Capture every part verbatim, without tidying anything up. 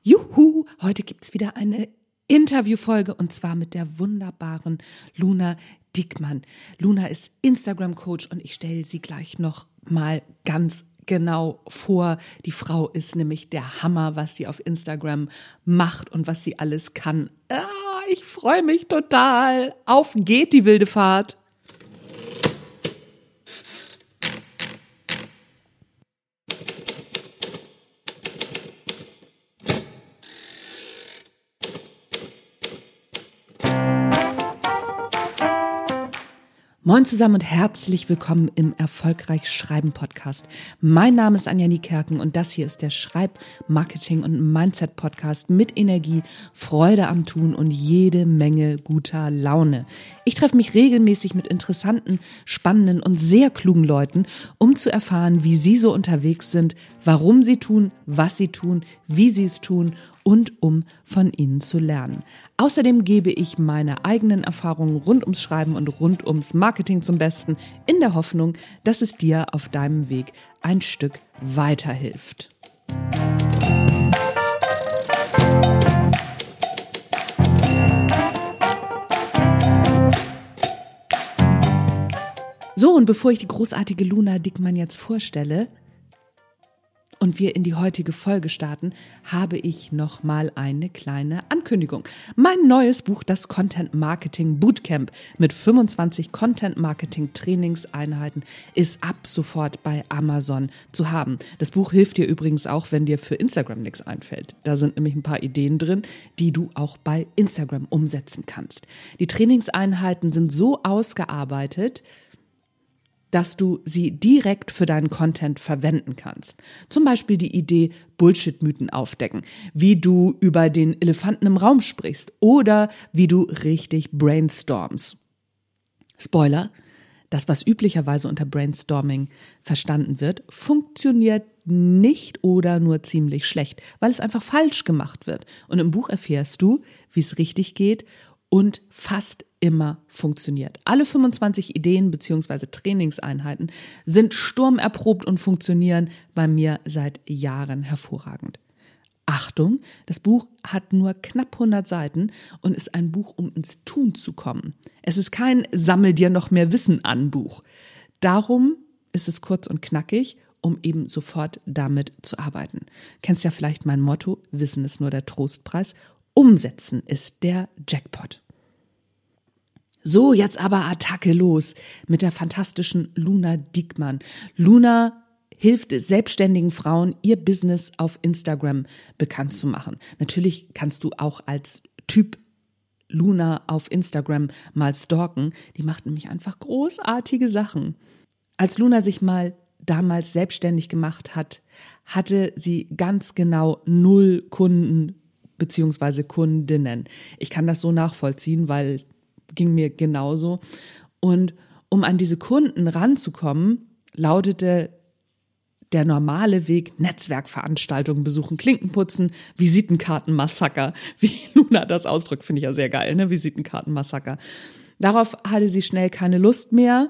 Juhu, heute gibt's wieder eine Interviewfolge und zwar mit der wunderbaren Luna Diekmann. Luna ist Instagram-Coach und ich stelle sie gleich noch mal ganz genau vor. Die Frau ist nämlich der Hammer, was sie auf Instagram macht und was sie alles kann. Ah, ich freue mich total. Auf geht die wilde Fahrt. Moin zusammen und herzlich willkommen im Erfolgreich Schreiben Podcast. Mein Name ist Anja Niekerken und das hier ist der Schreib-, Marketing- und Mindset-Podcast mit Energie, Freude am Tun und jede Menge guter Laune. Ich treffe mich regelmäßig mit interessanten, spannenden und sehr klugen Leuten, um zu erfahren, wie sie so unterwegs sind, warum sie tun, was sie tun, wie sie es tun und um von ihnen zu lernen. Außerdem gebe ich meine eigenen Erfahrungen rund ums Schreiben und rund ums Marketing zum Besten, in der Hoffnung, dass es dir auf deinem Weg ein Stück weiterhilft. So, und bevor ich die großartige Luna Diekmann jetzt vorstelle und wir in die heutige Folge starten, habe ich noch mal eine kleine Ankündigung. Mein neues Buch, das Content Marketing Bootcamp mit fünfundzwanzig Content Marketing Trainingseinheiten, ist ab sofort bei Amazon zu haben. Das Buch hilft dir übrigens auch, wenn dir für Instagram nichts einfällt. Da sind nämlich ein paar Ideen drin, die du auch bei Instagram umsetzen kannst. Die Trainingseinheiten sind so ausgearbeitet, dass du sie direkt für deinen Content verwenden kannst. Zum Beispiel die Idee Bullshit-Mythen aufdecken, wie du über den Elefanten im Raum sprichst oder wie du richtig brainstormst. Spoiler, das, was üblicherweise unter Brainstorming verstanden wird, funktioniert nicht oder nur ziemlich schlecht, weil es einfach falsch gemacht wird. Und im Buch erfährst du, wie es richtig geht und fast immer funktioniert. Alle fünfundzwanzig Ideen bzw. Trainingseinheiten sind sturmerprobt und funktionieren bei mir seit Jahren hervorragend. Achtung, das Buch hat nur knapp hundert Seiten und ist ein Buch, um ins Tun zu kommen. Es ist kein Sammel dir noch mehr Wissen an Buch. Darum ist es kurz und knackig, um eben sofort damit zu arbeiten. Kennst ja vielleicht mein Motto, Wissen ist nur der Trostpreis, Umsetzen ist der Jackpot. So, jetzt aber Attacke los mit der fantastischen Luna Diekmann. Luna hilft selbstständigen Frauen, ihr Business auf Instagram bekannt zu machen. Natürlich kannst du auch als Typ Luna auf Instagram mal stalken. Die macht nämlich einfach großartige Sachen. Als Luna sich mal damals selbstständig gemacht hat, hatte sie ganz genau null Kunden beziehungsweise Kundinnen. Ich kann das so nachvollziehen, weil ging mir genauso. Und um an diese Kunden ranzukommen, lautete der normale Weg Netzwerkveranstaltungen besuchen, Klinken putzen, Visitenkartenmassaker. Wie Luna das ausdrückt, finde ich ja sehr geil, ne? Visitenkartenmassaker. Darauf hatte sie schnell keine Lust mehr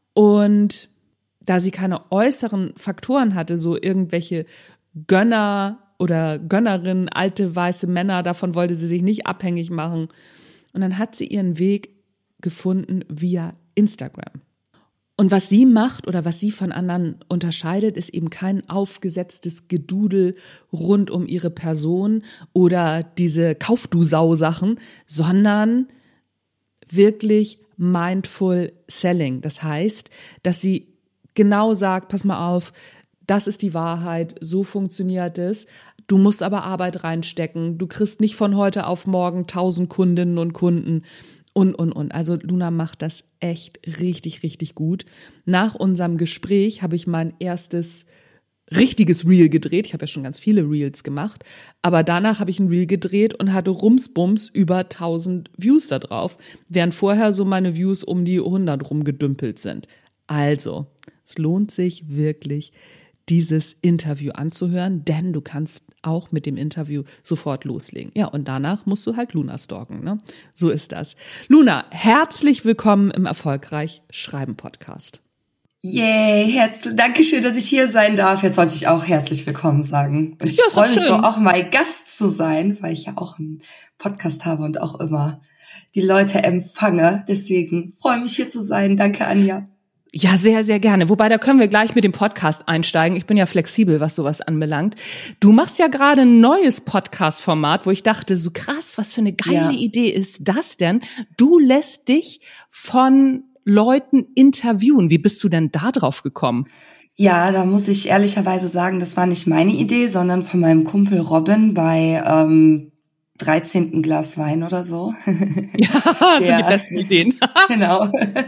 und da sie keine äußeren Faktoren hatte, so irgendwelche Gönner oder Gönnerinnen, alte weiße Männer, davon wollte sie sich nicht abhängig machen. Und dann hat sie ihren Weg gefunden via Instagram. Und was sie macht oder was sie von anderen unterscheidet, ist eben kein aufgesetztes Gedudel rund um ihre Person oder diese Kauf-du-Sau-Sachen, sondern wirklich mindful selling. Das heißt, dass sie genau sagt, pass mal auf, das ist die Wahrheit, so funktioniert es. Du musst aber Arbeit reinstecken. Du kriegst nicht von heute auf morgen tausend Kundinnen und Kunden und, und, und. Also Luna macht das echt richtig, richtig gut. Nach unserem Gespräch habe ich mein erstes richtiges Reel gedreht. Ich habe ja schon ganz viele Reels gemacht. Aber danach habe ich ein Reel gedreht und hatte rumsbums über tausend Views da drauf, während vorher so meine Views um die hundert rumgedümpelt sind. Also, es lohnt sich wirklich, dieses Interview anzuhören, denn du kannst auch mit dem Interview sofort loslegen. Ja, und danach musst du halt Luna stalken, ne? So ist das. Luna, herzlich willkommen im Erfolgreich Schreiben Podcast. Yay, herz- danke schön, dass ich hier sein darf. Jetzt sollte ich auch herzlich willkommen sagen. Und ich Ja, ist doch freue mich so, schön. auch mal Gast zu sein, weil ich ja auch einen Podcast habe und auch immer die Leute empfange. Deswegen freue mich hier zu sein. Danke, Anja. Ja, sehr, sehr gerne. Wobei, da können wir gleich mit dem Podcast einsteigen. Ich bin ja flexibel, was sowas anbelangt. Du machst ja gerade ein neues Podcast-Format, wo ich dachte, so krass, was für eine geile Ja. Idee ist das denn? Du lässt dich von Leuten interviewen. Wie bist du denn da drauf gekommen? Ja, da muss ich ehrlicherweise sagen, das war nicht meine Idee, sondern von meinem Kumpel Robin bei ähm, dreizehnten Glas Wein oder so. Ja, sind Der, die besten Ideen. Genau.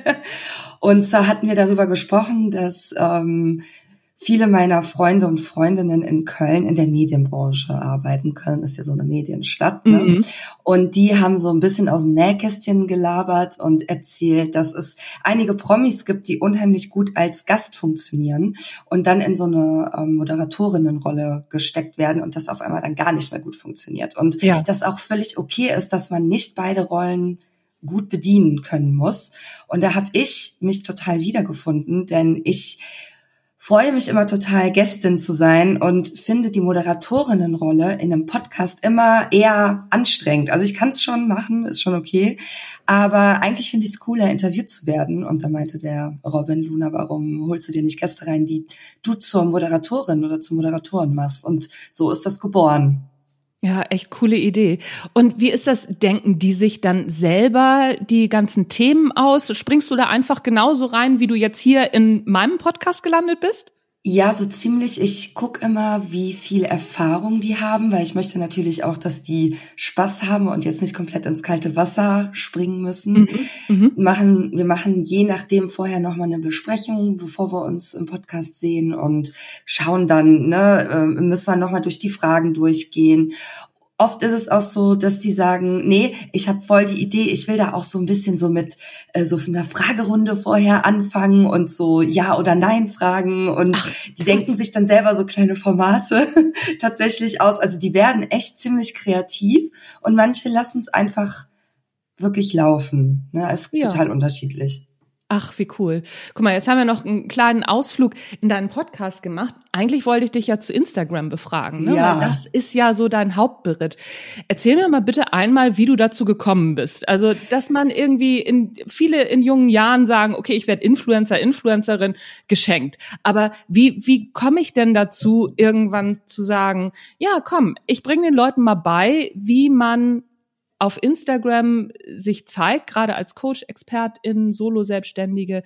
Und zwar hatten wir darüber gesprochen, dass ähm, viele meiner Freunde und Freundinnen in Köln in der Medienbranche arbeiten. Köln ist ja so eine Medienstadt, ne? Mhm. Und die haben so ein bisschen aus dem Nähkästchen gelabert und erzählt, dass es einige Promis gibt, die unheimlich gut als Gast funktionieren und dann in so eine ähm, Moderatorinnenrolle gesteckt werden und das auf einmal dann gar nicht mehr gut funktioniert. Und Ja. das auch völlig okay ist, dass man nicht beide Rollen gut bedienen können muss. Und da habe ich mich total wiedergefunden, denn ich freue mich immer total, Gästin zu sein und finde die Moderatorinnenrolle in einem Podcast immer eher anstrengend. Also ich kann es schon machen, ist schon okay, aber eigentlich finde ich es cooler, interviewt zu werden. Und da meinte der Robin, Luna, warum holst du dir nicht Gäste rein, die du zur Moderatorin oder zum Moderatoren machst? Und so ist das geboren. Ja, echt coole Idee. Und wie ist das? Denken die sich dann selber die ganzen Themen aus? Springst du da einfach genauso rein, wie du jetzt hier in meinem Podcast gelandet bist? Ja, so ziemlich. Ich guck immer, wie viel Erfahrung die haben, weil ich möchte natürlich auch, dass die Spaß haben und jetzt nicht komplett ins kalte Wasser springen müssen. Mhm. Machen, wir machen je nachdem vorher nochmal eine Besprechung, bevor wir uns im Podcast sehen und schauen dann, ne, müssen wir nochmal durch die Fragen durchgehen. Oft ist es auch so, dass die sagen, nee, ich habe voll die Idee, ich will da auch so ein bisschen so mit äh, so einer Fragerunde vorher anfangen und so Ja- oder Nein-Fragen und Ach, die denken sich dann selber so kleine Formate tatsächlich aus. Also die werden echt ziemlich kreativ und manche lassen es einfach wirklich laufen. Ne? Es ist Ja. total unterschiedlich. Ach, wie cool. Guck mal, jetzt haben wir noch einen kleinen Ausflug in deinen Podcast gemacht. Eigentlich wollte ich dich ja zu Instagram befragen, ne? Ja. Weil das ist ja so dein Hauptberitt. Erzähl mir mal bitte einmal, wie du dazu gekommen bist. Also, dass man irgendwie in viele in jungen Jahren sagen, okay, ich werde Influencer, Influencerin, geschenkt. Aber wie wie komme ich denn dazu, irgendwann zu sagen, ja, komm, ich bringe den Leuten mal bei, wie man auf Instagram sich zeigt, gerade als Coach, Expertin, Solo-Selbstständige.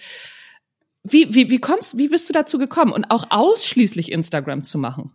Wie, wie, wie kommst, wie bist du dazu gekommen und auch ausschließlich Instagram zu machen?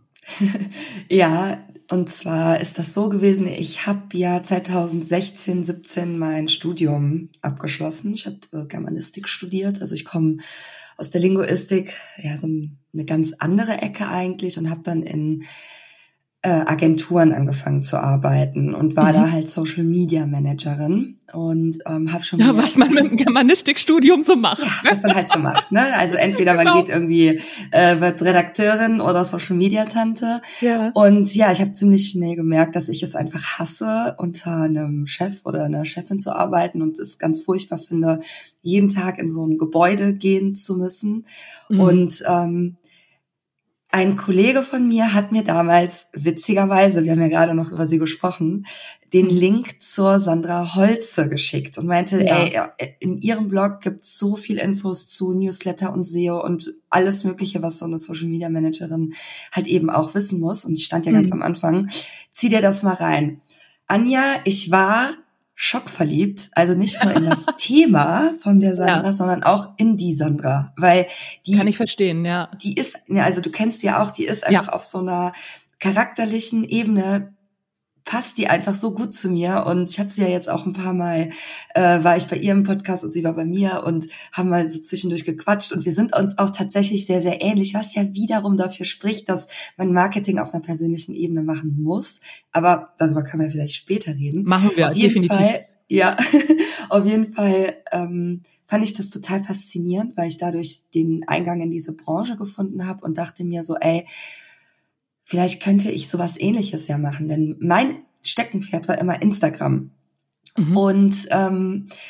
Ja, und zwar ist das so gewesen, ich habe ja zweitausendsechzehn, siebzehn mein Studium abgeschlossen. Ich habe äh, Germanistik studiert, also ich komme aus der Linguistik, ja, so eine ganz andere Ecke eigentlich und habe dann in äh, Agenturen angefangen zu arbeiten und war Mhm. da halt Social Media Managerin und ähm, habe schon Ja, gemerkt, was man mit dem Germanistikstudium so macht. ja, was man halt so macht, ne? Also entweder man Genau. geht irgendwie, äh, wird Redakteurin oder Social Media Tante. Ja. Und ja, ich habe ziemlich schnell gemerkt, dass ich es einfach hasse, unter einem Chef oder einer Chefin zu arbeiten und es ganz furchtbar finde, jeden Tag in so ein Gebäude gehen zu müssen. Mhm. Und ähm, ein Kollege von mir hat mir damals, witzigerweise, wir haben ja gerade noch über sie gesprochen, den Link zur Sandra Holze geschickt und meinte, Ja. ey, in ihrem Blog gibt's so viel Infos zu Newsletter und S E O und alles Mögliche, was so eine Social Media Managerin halt eben auch wissen muss. Und ich stand ja ganz Mhm. am Anfang. Zieh dir das mal rein. Anja, ich war schockverliebt, also nicht nur in das Thema von der Sandra, Ja. sondern auch in die Sandra, weil die Kann ich verstehen, ja. die ist, ne, also du kennst die ja auch, die ist Ja. einfach auf so einer charakterlichen Ebene, passt die einfach so gut zu mir und ich habe sie ja jetzt auch ein paar Mal, äh, war ich bei ihr im Podcast und sie war bei mir und haben mal so zwischendurch gequatscht und wir sind uns auch tatsächlich sehr, sehr ähnlich, was ja wiederum dafür spricht, dass man Marketing auf einer persönlichen Ebene machen muss, aber darüber können wir vielleicht später reden. Machen wir, auf jeden definitiv. Fall, ja, auf jeden Fall ähm, fand ich das total faszinierend, weil ich dadurch den Eingang in diese Branche gefunden habe und dachte mir so, ey, vielleicht könnte ich sowas Ähnliches ja machen, denn mein Steckenpferd war immer Instagram. Mhm. Und ähm,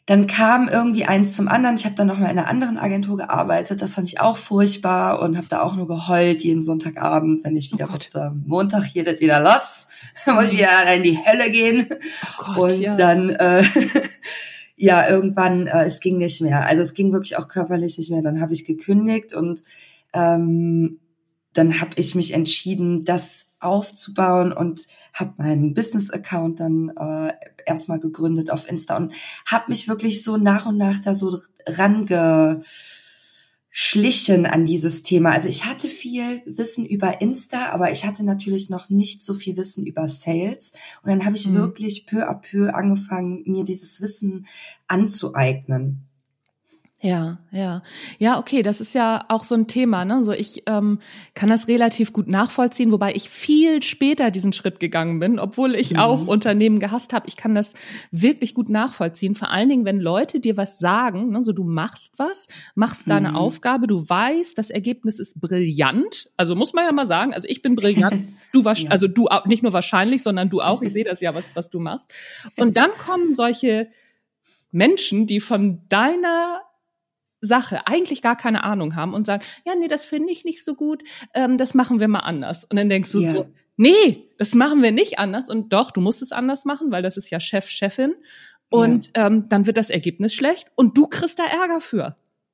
dann kam irgendwie eins zum anderen. Ich habe dann noch mal in einer anderen Agentur gearbeitet. Das fand ich auch furchtbar und habe da auch nur geheult jeden Sonntagabend, wenn ich wieder Oh wusste, Montag geht es wieder los, dann muss ich wieder in die Hölle gehen. Oh Gott, und ja. dann, äh, ja, irgendwann, äh, es ging nicht mehr. Also es ging wirklich auch körperlich nicht mehr. Dann habe ich gekündigt und ähm, dann habe ich mich entschieden, das aufzubauen und habe meinen Business-Account dann äh, erstmal gegründet auf Insta und habe mich wirklich so nach und nach da so rangeschlichen an dieses Thema. Also ich hatte viel Wissen über Insta, aber ich hatte natürlich noch nicht so viel Wissen über Sales. Und dann habe ich mhm. wirklich peu à peu angefangen, mir dieses Wissen anzueignen. Ja, ja. Ja, okay, das ist ja auch so ein Thema, ne? So, ich ähm, kann das relativ gut nachvollziehen, wobei ich viel später diesen Schritt gegangen bin, obwohl ich mhm. auch Unternehmen gehasst habe. Ich kann das wirklich gut nachvollziehen, vor allen Dingen, wenn Leute dir was sagen, ne? So, du machst was, machst mhm. deine Aufgabe, du weißt, das Ergebnis ist brillant. Also muss man ja mal sagen, also ich bin brillant, du warst, ja. also du auch, nicht nur wahrscheinlich, sondern du auch. Ich sehe das ja, was was du machst. Und dann kommen solche Menschen, die von deiner Sache eigentlich gar keine Ahnung haben und sagen, ja, nee, das finde ich nicht so gut, ähm, das machen wir mal anders. Und dann denkst du ja. so, nee, das machen wir nicht anders. Und doch, du musst es anders machen, weil das ist ja Chef, Chefin. Und ja. ähm, dann wird das Ergebnis schlecht und du kriegst da Ärger für.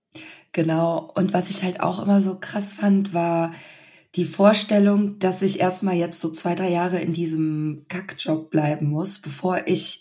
Genau. Und was ich halt auch immer so krass fand, war die Vorstellung, dass ich erstmal jetzt so zwei, drei Jahre in diesem Kackjob bleiben muss, bevor ich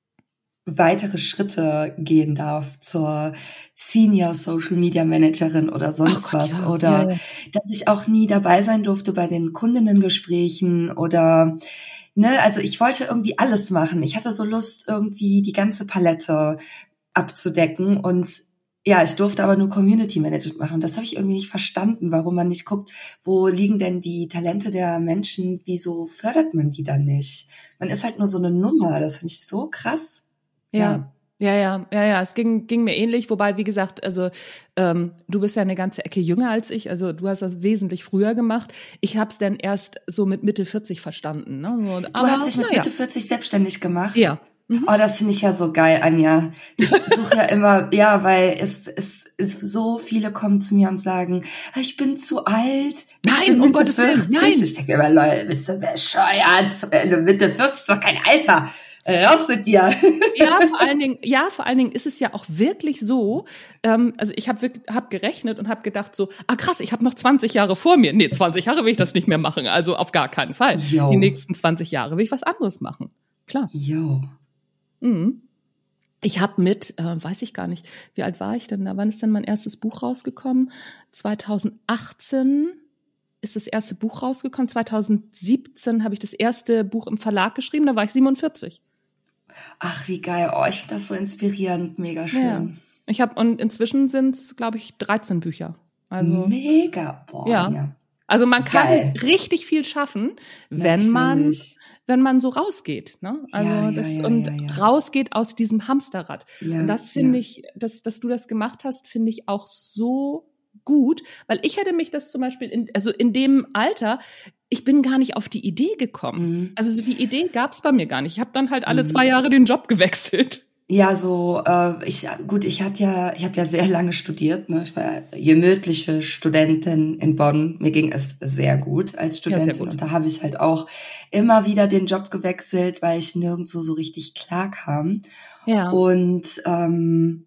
weitere Schritte gehen darf zur Senior Social Media Managerin oder sonst Gott, was. Ja. Oder ja, ja. dass ich auch nie dabei sein durfte bei den Kundinnengesprächen oder, ne, also ich wollte irgendwie alles machen. Ich hatte so Lust, irgendwie die ganze Palette abzudecken und ja, ich durfte aber nur Community Management machen. Das habe ich irgendwie nicht verstanden, warum man nicht guckt, wo liegen denn die Talente der Menschen, wieso fördert man die dann nicht? Man ist halt nur so eine Nummer, das finde ich so krass. Ja, ja, ja, ja, ja, es ging ging mir ähnlich, wobei, wie gesagt, also ähm, du bist ja eine ganze Ecke jünger als ich, also du hast das wesentlich früher gemacht. Ich habe es dann erst so mit Mitte vierzig verstanden. Ne? So, du aber, hast dich mit ja. Mitte vierzig selbstständig gemacht? Ja. Mhm. Oh, das finde ich ja so geil, Anja. Ich suche ja immer, ja, weil es, es, es so viele kommen zu mir und sagen, ich bin zu alt. Ich nein, bin um Gottes Willen, nein. Ich denke mir immer, Leute, bist du bescheuert? Mitte vierzig ist doch kein Alter. Raus mit dir. Ja, vor allen Dingen, ja, vor allen Dingen ist es ja auch wirklich so, ähm, also ich habe hab gerechnet und habe gedacht so, ah krass, ich habe noch zwanzig Jahre vor mir. Nee, zwanzig Jahre will ich das nicht mehr machen, also auf gar keinen Fall. Yo. Die nächsten zwanzig Jahre will ich was anderes machen. Klar. Jo. Mhm. Ich habe mit, äh, weiß ich gar nicht, wie alt war ich denn da? Wann ist denn mein erstes Buch rausgekommen? zwanzig achtzehn ist das erste Buch rausgekommen. zwanzig siebzehn habe ich das erste Buch im Verlag geschrieben, da war ich siebenundvierzig. Ach, wie geil. Oh, ich finde das so inspirierend. Mega schön. Ja. Ich habe und inzwischen sind es, glaube ich, dreizehn Bücher. Also, mega. Boah, ja. ja. Also man kann geil. richtig viel schaffen, wenn Natürlich. man wenn man so rausgeht, ne? Also ja, das ja, ja, und ja, ja. rausgeht aus diesem Hamsterrad. Ja, und das finde ja. ich, dass dass du das gemacht hast, finde ich auch so gut, weil ich hätte mich das zum Beispiel in, also in dem Alter, ich bin gar nicht auf die Idee gekommen. Mhm. Also so die Idee gab's bei mir gar nicht. Ich habe dann halt alle mhm. zwei Jahre den Job gewechselt. Ja, so äh, ich gut, ich hatte ja, ich habe ja sehr lange studiert. Ne? Ich war gemütliche Studentin in Bonn. Mir ging es sehr gut als Studentin ja, gut. Und da habe ich halt auch immer wieder den Job gewechselt, weil ich nirgendwo so richtig klar kam. Ja. Und ähm,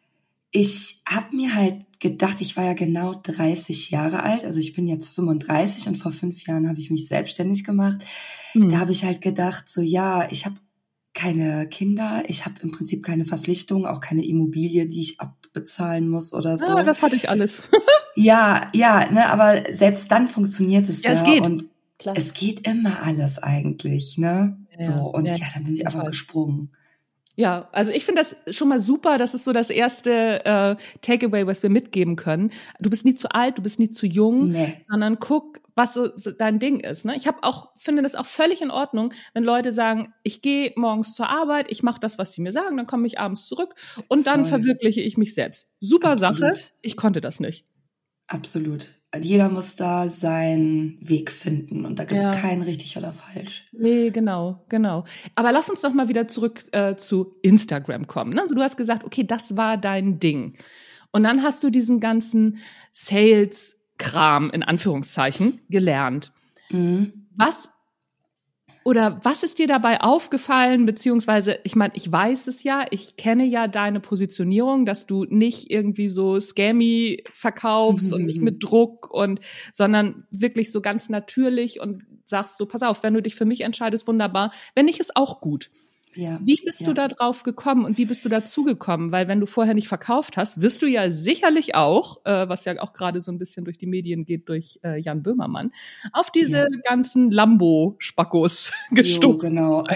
ich habe mir halt gedacht, ich war ja genau dreißig Jahre alt, also ich bin jetzt fünfunddreißig und vor fünf Jahren habe ich mich selbstständig gemacht. Mhm. Da habe ich halt gedacht, so ja, ich habe keine Kinder, ich habe im Prinzip keine Verpflichtungen, auch keine Immobilie, die ich abbezahlen muss oder so. Ja, das hatte ich alles. ja, ja, ne, aber selbst dann funktioniert es ja. ja es geht. Und Klar. es geht immer alles eigentlich, ne? Ja, so und ja, ja dann bin ich einfach Fall. gesprungen. Ja, also ich finde das schon mal super, das ist so das erste äh, Takeaway, was wir mitgeben können. Du bist nie zu alt, du bist nie zu jung, nee. sondern guck, was so, so dein Ding ist. Ne? Ich habe auch finde das auch völlig in Ordnung, wenn Leute sagen, ich gehe morgens zur Arbeit, ich mache das, was die mir sagen, dann komme ich abends zurück und dann Voll. verwirkliche ich mich selbst. Super Absolut. Sache, ich konnte das nicht. Absolut. jeder muss da seinen Weg finden und da gibt es Ja. kein richtig oder falsch. Nee, genau, genau. Aber lass uns doch mal wieder zurück äh, zu Instagram kommen. Ne? Also du hast gesagt, okay, das war dein Ding. Und dann hast du diesen ganzen Sales-Kram in Anführungszeichen gelernt. Mhm. Was oder was ist dir dabei aufgefallen, beziehungsweise, ich meine, ich weiß es ja, ich kenne ja deine Positionierung, dass du nicht irgendwie so scammy verkaufst und nicht mit Druck und, sondern wirklich so ganz natürlich und sagst so, pass auf, wenn du dich für mich entscheidest, wunderbar, wenn nicht, ist auch gut. Ja. Wie bist ja. du da drauf gekommen und wie bist du dazu gekommen? Weil wenn du vorher nicht verkauft hast, wirst du ja sicherlich auch, äh, was ja auch gerade so ein bisschen durch die Medien geht, durch äh, Jan Böhmermann, auf diese Ja. ganzen Lambo-Spackos gestoßen. Jo, genau.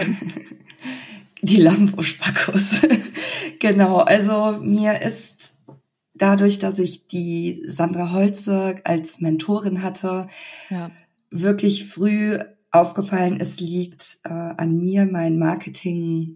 Die Lambo-Spackos. Genau, also mir ist dadurch, dass ich die Sandra Holze als Mentorin hatte, Ja. wirklich früh aufgefallen, es liegt äh, an mir, mein Marketing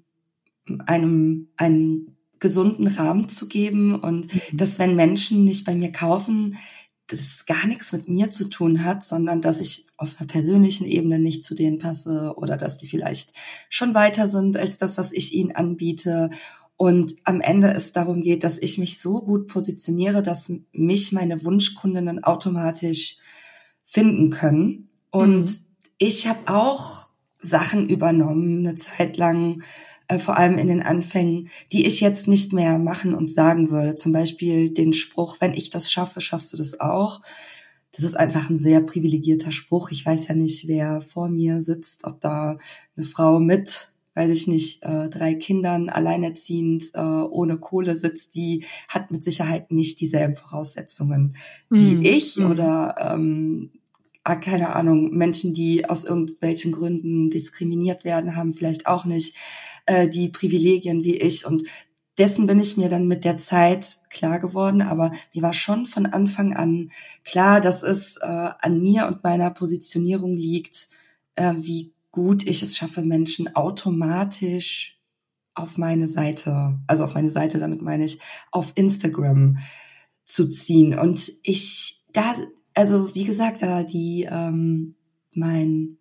einem einen gesunden Rahmen zu geben und Mhm. dass, wenn Menschen nicht bei mir kaufen, das gar nichts mit mir zu tun hat, sondern dass ich auf einer persönlichen Ebene nicht zu denen passe oder dass die vielleicht schon weiter sind als das, was ich ihnen anbiete. Und am Ende es darum geht, dass ich mich so gut positioniere, dass mich meine Wunschkundinnen automatisch finden können. Und Mhm. ich habe auch Sachen übernommen, eine Zeit lang, äh, vor allem in den Anfängen, die ich jetzt nicht mehr machen und sagen würde. Zum Beispiel den Spruch, wenn ich das schaffe, schaffst du das auch. Das ist einfach ein sehr privilegierter Spruch. Ich weiß ja nicht, wer vor mir sitzt, ob da eine Frau mit, weiß ich nicht, äh, drei Kindern, alleinerziehend, äh, ohne Kohle sitzt, die hat mit Sicherheit nicht dieselben Voraussetzungen wie Mhm. ich Mhm. oder ähm, ah, keine Ahnung, Menschen, die aus irgendwelchen Gründen diskriminiert werden, haben vielleicht auch nicht äh, die Privilegien wie ich. Und dessen bin ich mir dann mit der Zeit klar geworden. Aber mir war schon von Anfang an klar, dass es äh, an mir und meiner Positionierung liegt, äh, wie gut ich es schaffe, Menschen automatisch auf meine Seite, also auf meine Seite, damit meine ich, auf Instagram zu ziehen. Und ich, da, also wie gesagt, da die, ähm, mein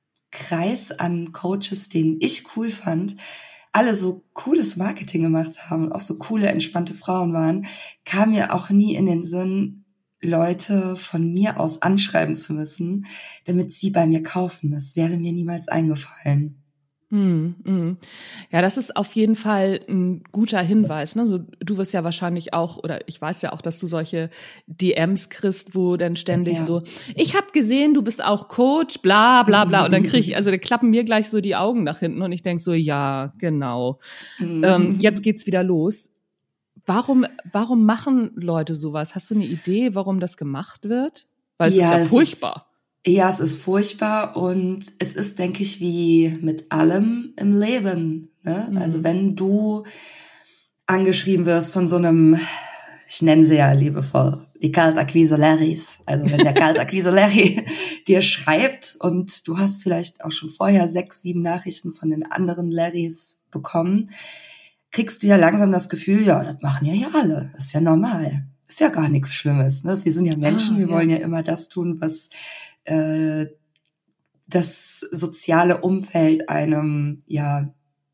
Kreis an Coaches, den ich cool fand, alle so cooles Marketing gemacht haben und auch so coole, entspannte Frauen waren, kam mir auch nie in den Sinn, Leute von mir aus anschreiben zu müssen, damit sie bei mir kaufen. Das wäre mir niemals eingefallen. Mm, mm. Ja, das ist auf jeden Fall ein guter Hinweis. Ne? So, du wirst ja wahrscheinlich auch, oder ich weiß ja auch, dass du solche D Ms kriegst, wo dann ständig Ja. so, ich habe gesehen, du bist auch Coach, bla bla bla. Und dann kriege ich, also da klappen mir gleich so die Augen nach hinten und ich denk so, ja, genau. Ähm, jetzt geht's wieder los. Warum, warum machen Leute sowas? Hast du eine Idee, warum das gemacht wird? Weil es Ja, ist ja das furchtbar. Ist, ja, es ist furchtbar und es ist, denke ich, wie mit allem im Leben. Ne? Mhm. Also wenn du angeschrieben wirst von so einem, ich nenne sie ja liebevoll, die Kaltakquise Larrys. Also wenn der Kaltakquise Larry dir schreibt und du hast vielleicht auch schon vorher sechs, sieben Nachrichten von den anderen Larrys bekommen, kriegst du ja langsam das Gefühl, ja, das machen ja hier alle. Das ist ja normal. Ist ja gar nichts Schlimmes. Ne? Wir sind ja Menschen, Ah, wir ja. wollen ja immer das tun, was äh, das soziale Umfeld einem ja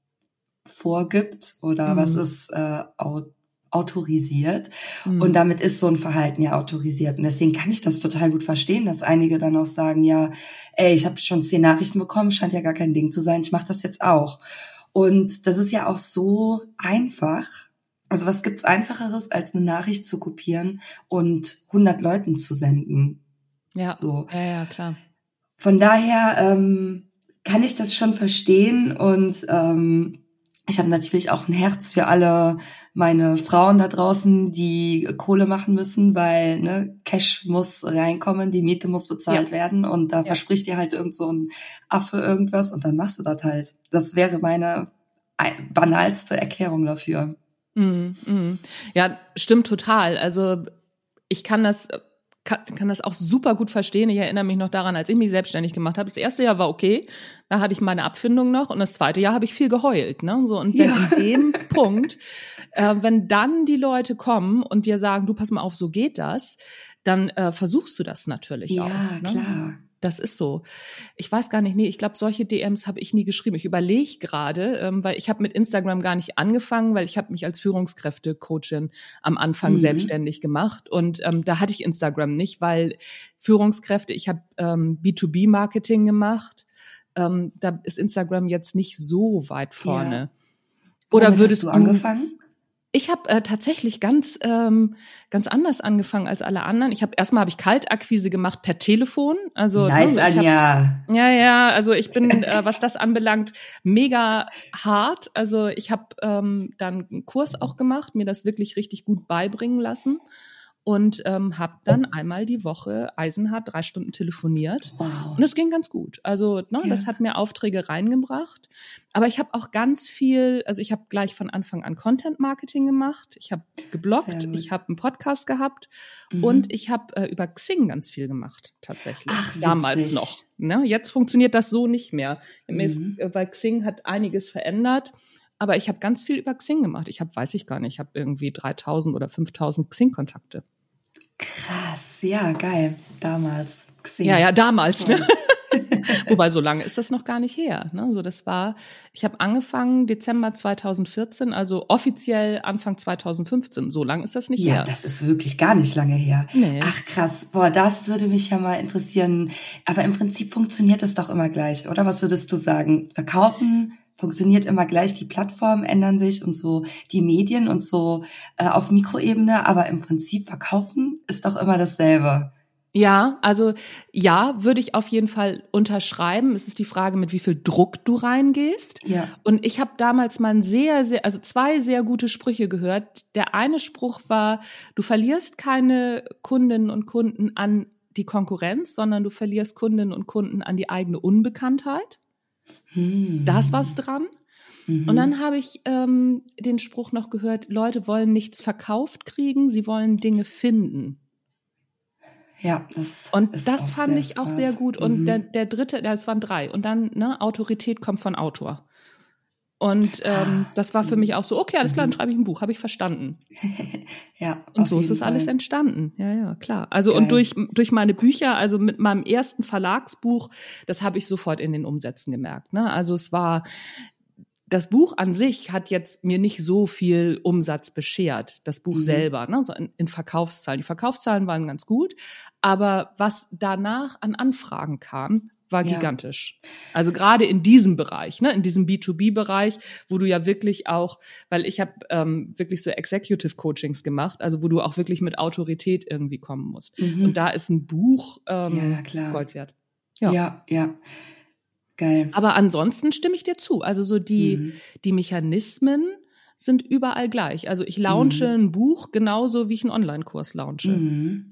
vorgibt oder Mhm. was es äh, au- autorisiert. Mhm. Und damit ist so ein Verhalten ja autorisiert. Und deswegen kann ich das total gut verstehen, dass einige dann auch sagen, ja, ey, ich habe schon zehn Nachrichten bekommen, scheint ja gar kein Ding zu sein, ich mache das jetzt auch. Und das ist ja auch so einfach. Also was gibt's Einfacheres, als eine Nachricht zu kopieren und hundert Leuten zu senden? Ja, So. ja, ja, klar. Von daher ähm, kann ich das schon verstehen und ähm, ich habe natürlich auch ein Herz für alle meine Frauen da draußen, die Kohle machen müssen, weil ne, Cash muss reinkommen, die Miete muss bezahlt Ja. werden und da Ja. verspricht dir halt irgend so ein Affe irgendwas und dann machst du das halt. Das wäre meine ein- banalste Erklärung dafür. Mhm, mhm. Ja, stimmt total. Also ich kann das kann, kann das auch super gut verstehen. Ich erinnere mich noch daran, als ich mich selbstständig gemacht habe. Das erste Jahr war okay, da hatte ich meine Abfindung noch und das zweite Jahr habe ich viel geheult. Ne? So, und wenn Ja. in dem Punkt, äh, wenn dann die Leute kommen und dir sagen, du pass mal auf, so geht das, dann äh, versuchst du das natürlich ja, auch. Ja, ne? klar. Das ist so. Ich weiß gar nicht, nee, ich glaube, solche D Ms habe ich nie geschrieben. Ich überlege gerade, ähm, weil ich habe mit Instagram gar nicht angefangen, weil ich habe mich als Führungskräfte-Coachin am Anfang Mhm. selbstständig gemacht. Und ähm, da hatte ich Instagram nicht, weil Führungskräfte, ich habe ähm, B zwei B Marketing gemacht. Ähm, da ist Instagram jetzt nicht so weit vorne. Ja. Oder Womit würdest hast du du angefangen? Ich habe äh, tatsächlich ganz ähm, ganz anders angefangen als alle anderen. Ich habe erstmal habe ich Kaltakquise gemacht per Telefon. Also Nice, ne, ich hab, Anja. ja ja, also ich bin äh, was das anbelangt mega hart. Also ich habe ähm, dann einen Kurs auch gemacht, mir das wirklich richtig gut beibringen lassen und ähm, habe dann einmal die Woche eisenhart drei Stunden telefoniert. Wow. Und es ging ganz gut. Also ne, Ja. das hat mir Aufträge reingebracht. Aber ich habe auch ganz viel, also ich habe gleich von Anfang an Content-Marketing gemacht. Ich habe gebloggt, ich habe einen Podcast gehabt mhm. und ich habe äh, über Xing ganz viel gemacht, tatsächlich. Ach, damals noch. Ne? Jetzt funktioniert das so nicht mehr. Mhm. Weil Xing hat einiges verändert. Aber ich habe ganz viel über Xing gemacht. Ich habe, weiß ich gar nicht, ich habe irgendwie dreitausend oder fünftausend Xing-Kontakte. Krass, ja, geil. Damals Xing. Ja, ja, damals. Ne? Wobei, so lange ist das noch gar nicht her. Ne? Also das war, ich habe angefangen Dezember zweitausendvierzehn, also offiziell Anfang zweitausendfünfzehn. So lange ist das nicht ja, her. Ja, das ist wirklich gar nicht lange her. Nee. Ach krass, boah, das würde mich ja mal interessieren. Aber im Prinzip funktioniert es doch immer gleich, oder? Was würdest du sagen? Verkaufen funktioniert immer gleich, die Plattformen ändern sich und so die Medien und so äh, auf Mikroebene, aber im Prinzip verkaufen ist doch immer dasselbe. Ja, also ja, würde ich auf jeden Fall unterschreiben. Es ist die Frage, mit wie viel Druck du reingehst. Ja. Und ich habe damals mal ein sehr, sehr, also zwei sehr gute Sprüche gehört. Der eine Spruch war, du verlierst keine Kundinnen und Kunden an die Konkurrenz, sondern du verlierst Kundinnen und Kunden an die eigene Unbekanntheit. Hm. Da ist was dran. Mhm. Und dann habe ich ähm, den Spruch noch gehört, Leute wollen nichts verkauft kriegen, sie wollen Dinge finden. Ja, das Und ist das auch fand sehr ich auch smart. sehr gut. Und mhm. der, der dritte, das waren drei. Und dann, ne, Autorität kommt von Autor. Und ähm, das war für mich auch so, okay, alles klar, dann schreibe ich ein Buch, habe ich verstanden. Ja. Und so ist es Fall. alles entstanden. Ja, ja, klar. Also Geil. und durch durch meine Bücher, also mit meinem ersten Verlagsbuch, das habe ich sofort in den Umsätzen gemerkt. Ne? Also es war Das Buch an sich hat jetzt mir nicht so viel Umsatz beschert, das Buch mhm. selber, ne? So in, in Verkaufszahlen. Die Verkaufszahlen waren ganz gut, aber was danach an Anfragen kam, war ja. gigantisch. Also gerade in diesem Bereich, ne, in diesem B zwei B-Bereich, wo du ja wirklich auch, weil ich habe ähm, wirklich so Executive Coachings gemacht, also wo du auch wirklich mit Autorität irgendwie kommen musst. Mhm. Und da ist ein Buch ähm, ja, na klar. Gold wert. Ja, ja. ja. Geil. Aber ansonsten stimme ich dir zu. Also so die, mhm. die Mechanismen sind überall gleich. Also ich launche mhm. ein Buch genauso, wie ich einen Online-Kurs launche. Mhm.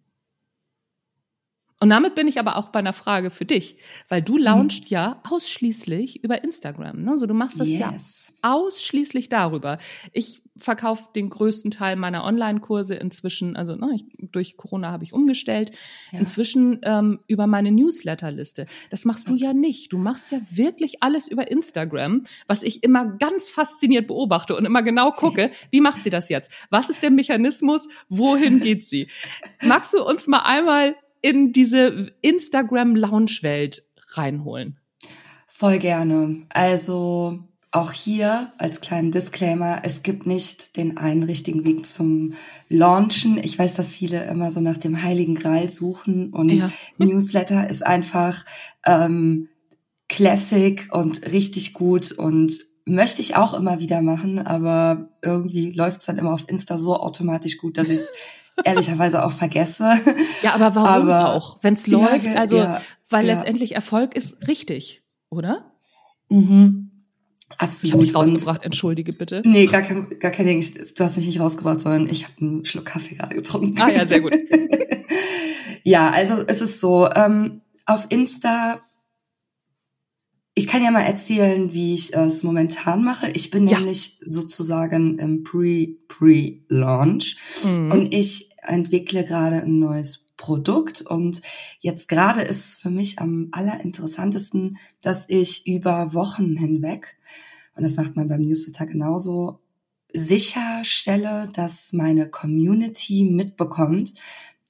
Und damit bin ich aber auch bei einer Frage für dich, weil du launchst mhm. ja ausschließlich über Instagram. Ne? Also du machst das yes. ja ausschließlich darüber. Ich verkaufe den größten Teil meiner Online-Kurse inzwischen, also ne, ich, durch Corona habe ich umgestellt, ja. inzwischen ähm, über meine Newsletterliste. Das machst du okay. ja nicht. Du machst ja wirklich alles über Instagram, was ich immer ganz fasziniert beobachte und immer genau gucke, wie macht sie das jetzt? Was ist der Mechanismus? Wohin geht sie? Magst du uns mal einmal in diese Instagram-Lounge-Welt reinholen? Voll gerne. Also auch hier als kleinen Disclaimer, es gibt nicht den einen richtigen Weg zum Launchen. Ich weiß, dass viele immer so nach dem Heiligen Gral suchen und ja. Newsletter ist einfach ähm, Classic und richtig gut und möchte ich auch immer wieder machen, aber irgendwie läuft's dann immer auf Insta so automatisch gut, dass ich's ehrlicherweise auch vergesse. Ja, aber warum aber, auch? Wenn's läuft, ja, also, ja, weil ja. letztendlich Erfolg ist richtig, oder? Mhm. Absolut. Ich habe mich rausgebracht, und, entschuldige bitte. Nee, gar kein, gar kein Ding. Du hast mich nicht rausgebracht, sondern ich habe einen Schluck Kaffee gerade getrunken. Ah ja, sehr gut. Ja, also es ist so, ähm, auf Insta, ich kann ja mal erzählen, wie ich es momentan mache. Ich bin ja. nämlich sozusagen im Pre-Pre-Launch mhm. und ich entwickle gerade ein neues Produkt und jetzt gerade ist für mich am allerinteressantesten, dass ich über Wochen hinweg, und das macht man beim Newsletter genauso, sicherstelle, dass meine Community mitbekommt,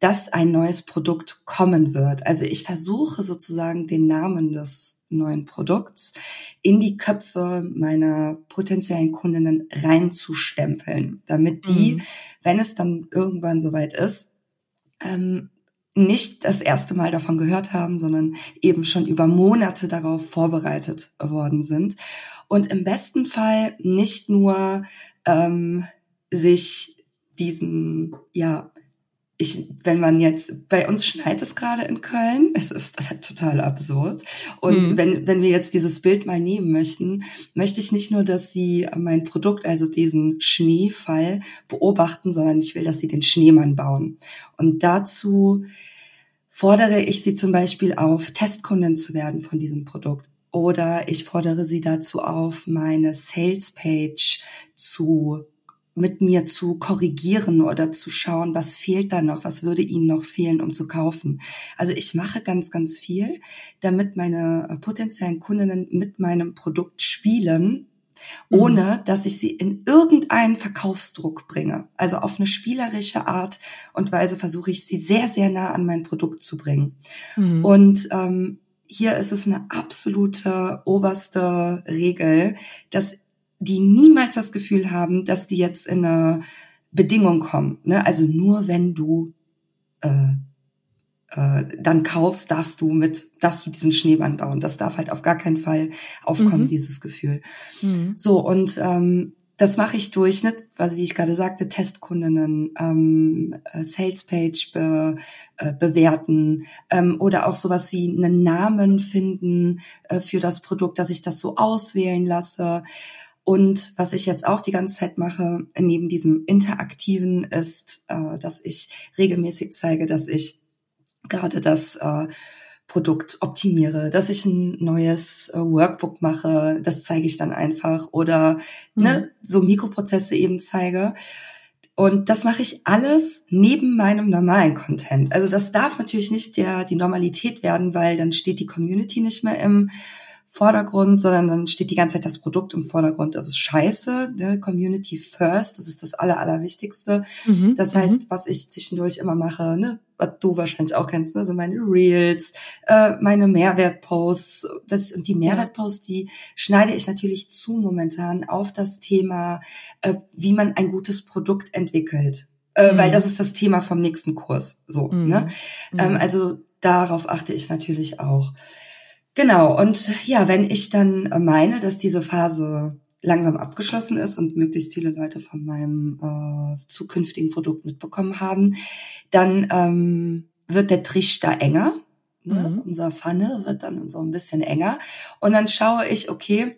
dass ein neues Produkt kommen wird. Also ich versuche sozusagen den Namen des neuen Produkts in die Köpfe meiner potenziellen Kundinnen reinzustempeln, damit die, mhm. wenn es dann irgendwann soweit ist, ähm, nicht das erste Mal davon gehört haben, sondern eben schon über Monate darauf vorbereitet worden sind und im besten Fall nicht nur ähm, sich diesen, ja, ich, wenn man jetzt, bei uns schneit es gerade in Köln, es ist total absurd. Und mhm. wenn, wenn wir jetzt dieses Bild mal nehmen möchten, möchte ich nicht nur, dass sie mein Produkt, also diesen Schneefall beobachten, sondern ich will, dass sie den Schneemann bauen. Und dazu fordere ich sie zum Beispiel auf, Testkundin zu werden von diesem Produkt. Oder ich fordere sie dazu auf, meine Sales-Page zu mit mir zu korrigieren oder zu schauen, was fehlt da noch, was würde ihnen noch fehlen, um zu kaufen. Also ich mache ganz, ganz viel, damit meine potenziellen Kundinnen mit meinem Produkt spielen, ohne mhm. dass ich sie in irgendeinen Verkaufsdruck bringe. Also auf eine spielerische Art und Weise versuche ich, sie sehr, sehr nah an mein Produkt zu bringen. Mhm. Und ähm, hier ist es eine absolute oberste Regel, dass die niemals das Gefühl haben, dass die jetzt in eine Bedingung kommen. Ne? Also nur wenn du äh, äh, dann kaufst, darfst du mit, darfst du diesen Schneemann bauen. Das darf halt auf gar keinen Fall aufkommen, mhm. dieses Gefühl. Mhm. So, und ähm, das mache ich durch, ne? Also wie ich gerade sagte, Testkundinnen, ähm, Salespage be, äh, bewerten ähm, oder auch sowas wie einen Namen finden äh, für das Produkt, dass ich das so auswählen lasse. Und was ich jetzt auch die ganze Zeit mache, neben diesem Interaktiven, ist, äh, dass ich regelmäßig zeige, dass ich gerade das äh, Produkt optimiere, dass ich ein neues äh, Workbook mache, das zeige ich dann einfach. Oder mhm. ne, so Mikroprozesse eben zeige. Und das mache ich alles neben meinem normalen Content. Also das darf natürlich nicht der die Normalität werden, weil dann steht die Community nicht mehr im Vordergrund, sondern dann steht die ganze Zeit das Produkt im Vordergrund. Das ist scheiße, ne? Community first, das ist das Aller, Allerwichtigste. Mhm, das heißt, was ich zwischendurch immer mache, ne, was du wahrscheinlich auch kennst, ne, so meine Reels, äh, meine Mehrwertposts, das und die Mehrwertposts, die schneide ich natürlich zu momentan auf das Thema, äh, wie man ein gutes Produkt entwickelt, äh, mhm. weil das ist das Thema vom nächsten Kurs, so, mhm. ne? Mhm. Ähm, also darauf achte ich natürlich auch. Genau, und ja, wenn ich dann meine, dass diese Phase langsam abgeschlossen ist und möglichst viele Leute von meinem äh, zukünftigen Produkt mitbekommen haben, dann ähm, wird der Trichter enger. Ne? Mhm. Unser Funnel wird dann so ein bisschen enger. Und dann schaue ich, okay,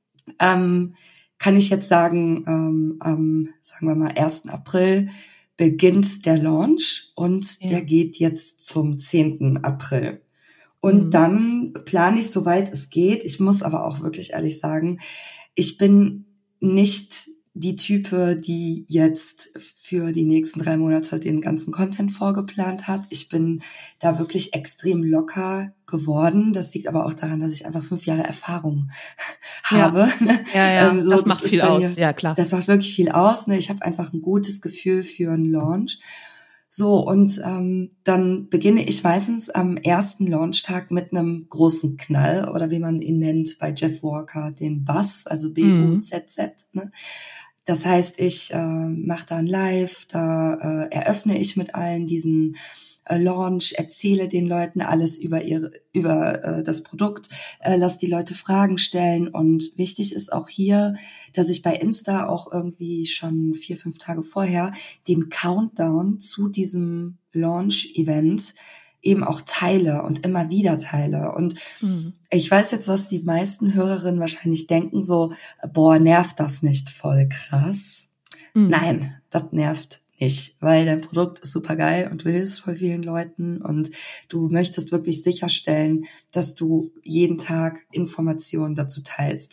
ähm, kann ich jetzt sagen, ähm, am, sagen wir mal, ersten April beginnt der Launch und ja. der geht jetzt zum zehnten April. Und mhm. dann plane ich, soweit es geht. Ich muss aber auch wirklich ehrlich sagen, ich bin nicht die Type, die jetzt für die nächsten drei Monate den ganzen Content vorgeplant hat. Ich bin da wirklich extrem locker geworden. Das liegt aber auch daran, dass ich einfach fünf Jahre Erfahrung habe. Ja, ja, ähm, so, das macht das viel aus. Mir, ja, klar. Das macht wirklich viel aus. Ne? Ich habe einfach ein gutes Gefühl für einen Launch. So, und ähm, dann beginne ich meistens am ersten Launchtag mit einem großen Knall oder wie man ihn nennt bei Jeff Walker, den Buzz, also B U Z Z. Mhm. Ne? Das heißt, ich äh, mache da ein Live, da äh, eröffne ich mit allen diesen äh, Launch, erzähle den Leuten alles über ihre über äh, das Produkt, äh, lass die Leute Fragen stellen. Und wichtig ist auch hier, dass ich bei Insta auch irgendwie schon vier, fünf Tage vorher den Countdown zu diesem Launch-Event eben auch teile und immer wieder teile. Und mhm. ich weiß jetzt, was die meisten Hörerinnen wahrscheinlich denken, so, boah, nervt das nicht voll krass? Mhm. Nein, das nervt nicht, weil dein Produkt ist super geil und du hilfst voll vielen Leuten und du möchtest wirklich sicherstellen, dass du jeden Tag Informationen dazu teilst.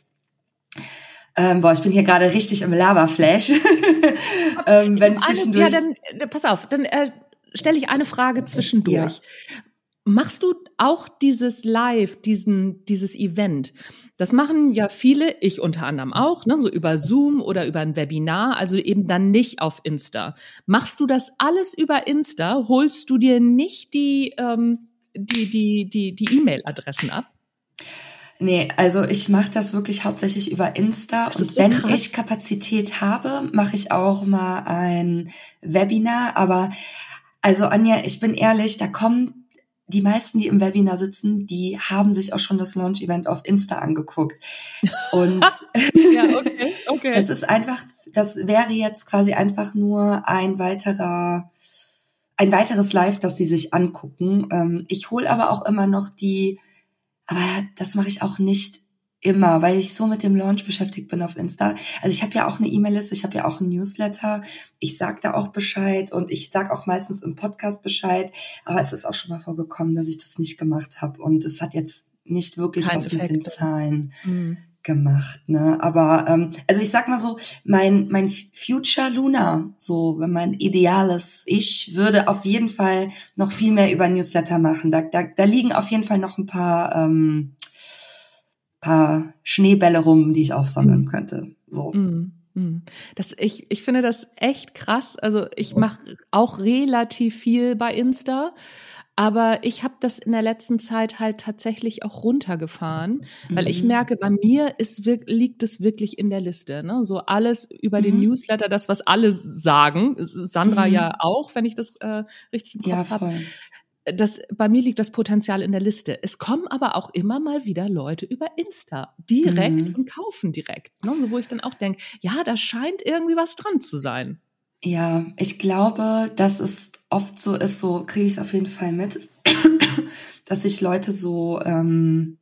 Ähm, boah, ich bin hier gerade richtig im Laberflash. ähm, wenn eine, ja, dann, pass auf, dann äh, stelle ich eine Frage zwischendurch. Ja. Machst du auch dieses Live, diesen, dieses Event? Das machen ja viele, ich unter anderem auch, ne, so über Zoom oder über ein Webinar, also eben dann nicht auf Insta. Machst du das alles über Insta? Holst du dir nicht die, ähm, die, die, die, die E-Mail-Adressen ab? Nee, also ich mache das wirklich hauptsächlich über Insta. Das Und ist so wenn krass. ich Kapazität habe, mache ich auch mal ein Webinar. Aber also Anja, ich bin ehrlich, da kommen die meisten, die im Webinar sitzen, die haben sich auch schon das Launch-Event auf Insta angeguckt. Und Ja, okay, okay. das ist einfach, das wäre jetzt quasi einfach nur ein weiterer, ein weiteres Live, das sie sich angucken. Ähm, ich hole aber auch immer noch die, aber das mache ich auch nicht immer, weil ich so mit dem Launch beschäftigt bin auf Insta. Also ich habe ja auch eine E-Mail-Liste, ich habe ja auch ein Newsletter. Ich sage da auch Bescheid und ich sage auch meistens im Podcast Bescheid. Aber es ist auch schon mal vorgekommen, dass ich das nicht gemacht habe. Und es hat jetzt nicht wirklich Kein was Effekt. mit den Zahlen Mhm. gemacht, ne? Aber ähm, also ich sag mal so, mein mein Future Luna, so wenn mein ideales Ich würde auf jeden Fall noch viel mehr über Newsletter machen. Da da, da liegen auf jeden Fall noch ein paar ähm, paar Schneebälle rum, die ich aufsammeln Mhm. könnte. So. Mhm. Mhm. Das, ich, ich finde das echt krass. Also ich mache auch relativ viel bei Insta, aber ich habe das in der letzten Zeit halt tatsächlich auch runtergefahren, weil ich Mhm. merke, bei mir ist, wirk- liegt es wirklich in der Liste. Ne? So alles über den Mhm. Newsletter, das, was alle sagen, Sandra Mhm. ja auch, wenn ich das äh, richtig im Ja, Kopf habe. voll. Das, bei mir liegt das Potenzial in der Liste. Es kommen aber auch immer mal wieder Leute über Insta direkt Mhm. und kaufen direkt. Ne? So, wo ich dann auch denke, ja, da scheint irgendwie was dran zu sein. Ja, ich glaube, dass es oft so ist, so kriege ich es auf jeden Fall mit, dass sich Leute so ähm,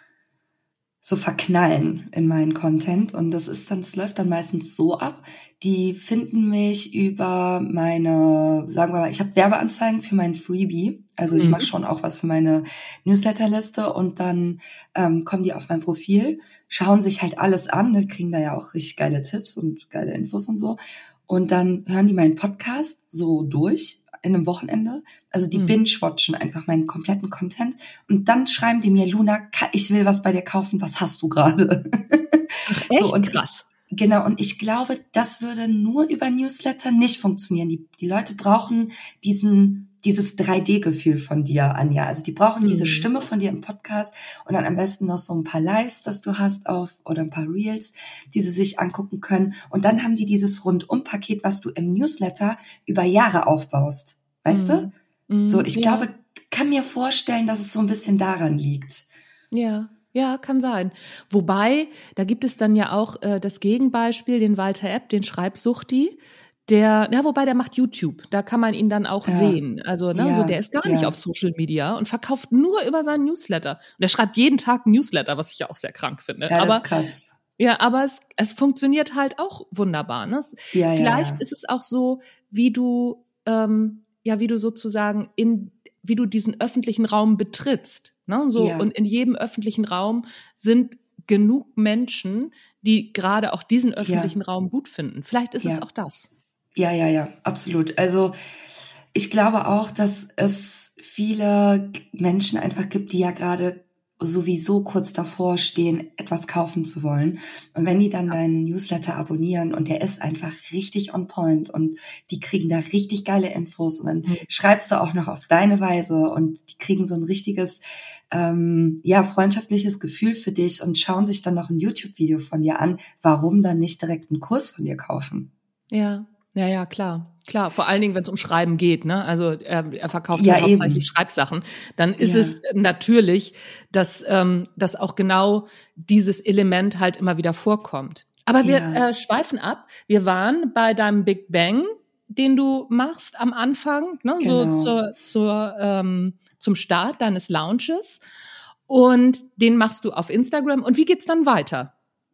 so verknallen in meinen Content. Und das ist dann, das läuft dann meistens so ab. Die finden mich über meine, sagen wir mal, ich habe Werbeanzeigen für mein Freebie. Also ich mache Mhm. schon auch was für meine Newsletterliste und dann ähm, kommen die auf mein Profil, schauen sich halt alles an, ne, kriegen da ja auch richtig geile Tipps und geile Infos und so. Und dann hören die meinen Podcast so durch in einem Wochenende. Also die Mhm. binge-watchen einfach meinen kompletten Content. Und dann schreiben die mir, Luna, ka- ich will was bei dir kaufen, was hast du gerade? Ach, So, echt und ich, krass. genau, und ich glaube, das würde nur über Newsletter nicht funktionieren. Die, die Leute brauchen diesen, dieses drei D-Gefühl von dir, Anja. Also die brauchen diese Mhm. Stimme von dir im Podcast und dann am besten noch so ein paar Lives, das du hast auf, oder ein paar Reels, die sie sich angucken können. Und dann haben die dieses Rundum-Paket, was du im Newsletter über Jahre aufbaust. Weißt du? Mhm. So, Mhm. ich Ja. glaube, kann mir vorstellen, dass es so ein bisschen daran liegt. Ja, ja, kann sein. Wobei, da gibt es dann ja auch äh, das Gegenbeispiel, den Walter Epp, den Schreibsuchti, der, ja, wobei der macht YouTube, da kann man ihn dann auch Ja. sehen. Also, ne, so Ja, der ist gar ja. nicht auf Social Media und verkauft nur über seinen Newsletter. Und der schreibt jeden Tag einen Newsletter, was ich ja auch sehr krank finde. Ja, das Aber ist krass. ja, aber es, es funktioniert halt auch wunderbar. Ne? Es- Ja, ja, Vielleicht ja. ist es auch so, wie du, ähm, ja, wie du sozusagen in, wie du diesen öffentlichen Raum betrittst. Ne? So, Ja. und in jedem öffentlichen Raum sind genug Menschen, die gerade auch diesen öffentlichen Raum gut finden. Vielleicht ist es Ja. auch das. Ja, ja, ja, absolut. Also ich glaube auch, dass es viele Menschen einfach gibt, die ja gerade sowieso kurz davor stehen, etwas kaufen zu wollen. Und wenn die dann deinen Newsletter abonnieren und der ist einfach richtig on point und die kriegen da richtig geile Infos und dann Mhm. schreibst du auch noch auf deine Weise und die kriegen so ein richtiges, ähm, ja, freundschaftliches Gefühl für dich und schauen sich dann noch ein YouTube-Video von dir an, warum dann nicht direkt einen Kurs von dir kaufen? Ja, ja, ja, klar. Klar, vor allen Dingen, wenn es um Schreiben geht, ne? Also er, er verkauft Ja, halt hauptsächlich eben. Schreibsachen. Dann ist Ja. es natürlich, dass, ähm, dass auch genau dieses Element halt immer wieder vorkommt. Aber wir Ja. äh, schweifen ab. Wir waren bei deinem Big Bang, den du machst am Anfang, ne? So Genau. zur, zur, ähm, zum Start deines Launches. Und den machst du auf Instagram. Und wie geht's dann weiter?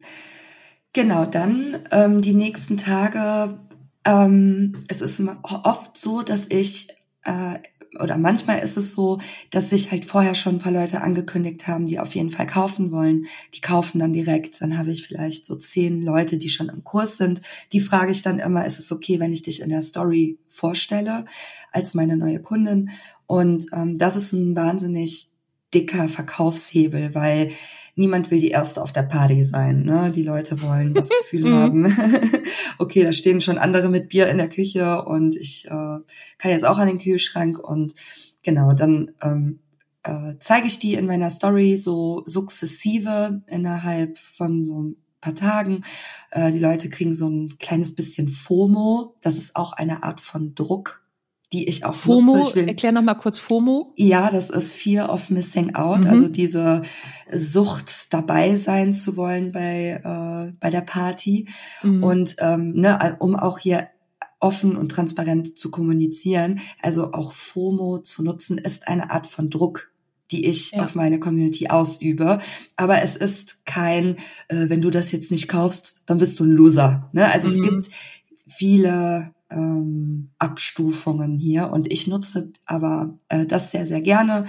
Genau, dann ähm, die nächsten Tage, ähm, es ist immer oft so, dass ich, äh, oder manchmal ist es so, dass sich halt vorher schon ein paar Leute angekündigt haben, die auf jeden Fall kaufen wollen. Die kaufen dann direkt. Dann habe ich vielleicht so zehn Leute, die schon im Kurs sind. Die frage ich dann immer, ist es okay, wenn ich dich in der Story vorstelle als meine neue Kundin? Und ähm, das ist ein wahnsinnig dicker Verkaufshebel, weil niemand will die Erste auf der Party sein. Ne? Die Leute wollen das Gefühl haben, okay, da stehen schon andere mit Bier in der Küche und ich äh, kann jetzt auch an den Kühlschrank. Und genau, dann ähm, äh, zeige ich die in meiner Story so sukzessive innerhalb von so ein paar Tagen. Äh, die Leute kriegen so ein kleines bisschen FOMO. Das ist auch eine Art von Druck, die ich auch FOMO, nutze. Ich will, erklär noch mal kurz FOMO. Ja, das ist Fear of Missing Out, Mhm. also diese Sucht, dabei sein zu wollen bei äh, bei der Party. Mhm. Und ähm, ne, um auch hier offen und transparent zu kommunizieren, also auch FOMO zu nutzen, ist eine Art von Druck, die ich ja. auf meine Community ausübe. Aber es ist kein, äh, wenn du das jetzt nicht kaufst, dann bist du ein Loser. Ne? Also mhm. es gibt viele ähm, Abstufungen hier und ich nutze aber äh, das sehr, sehr gerne,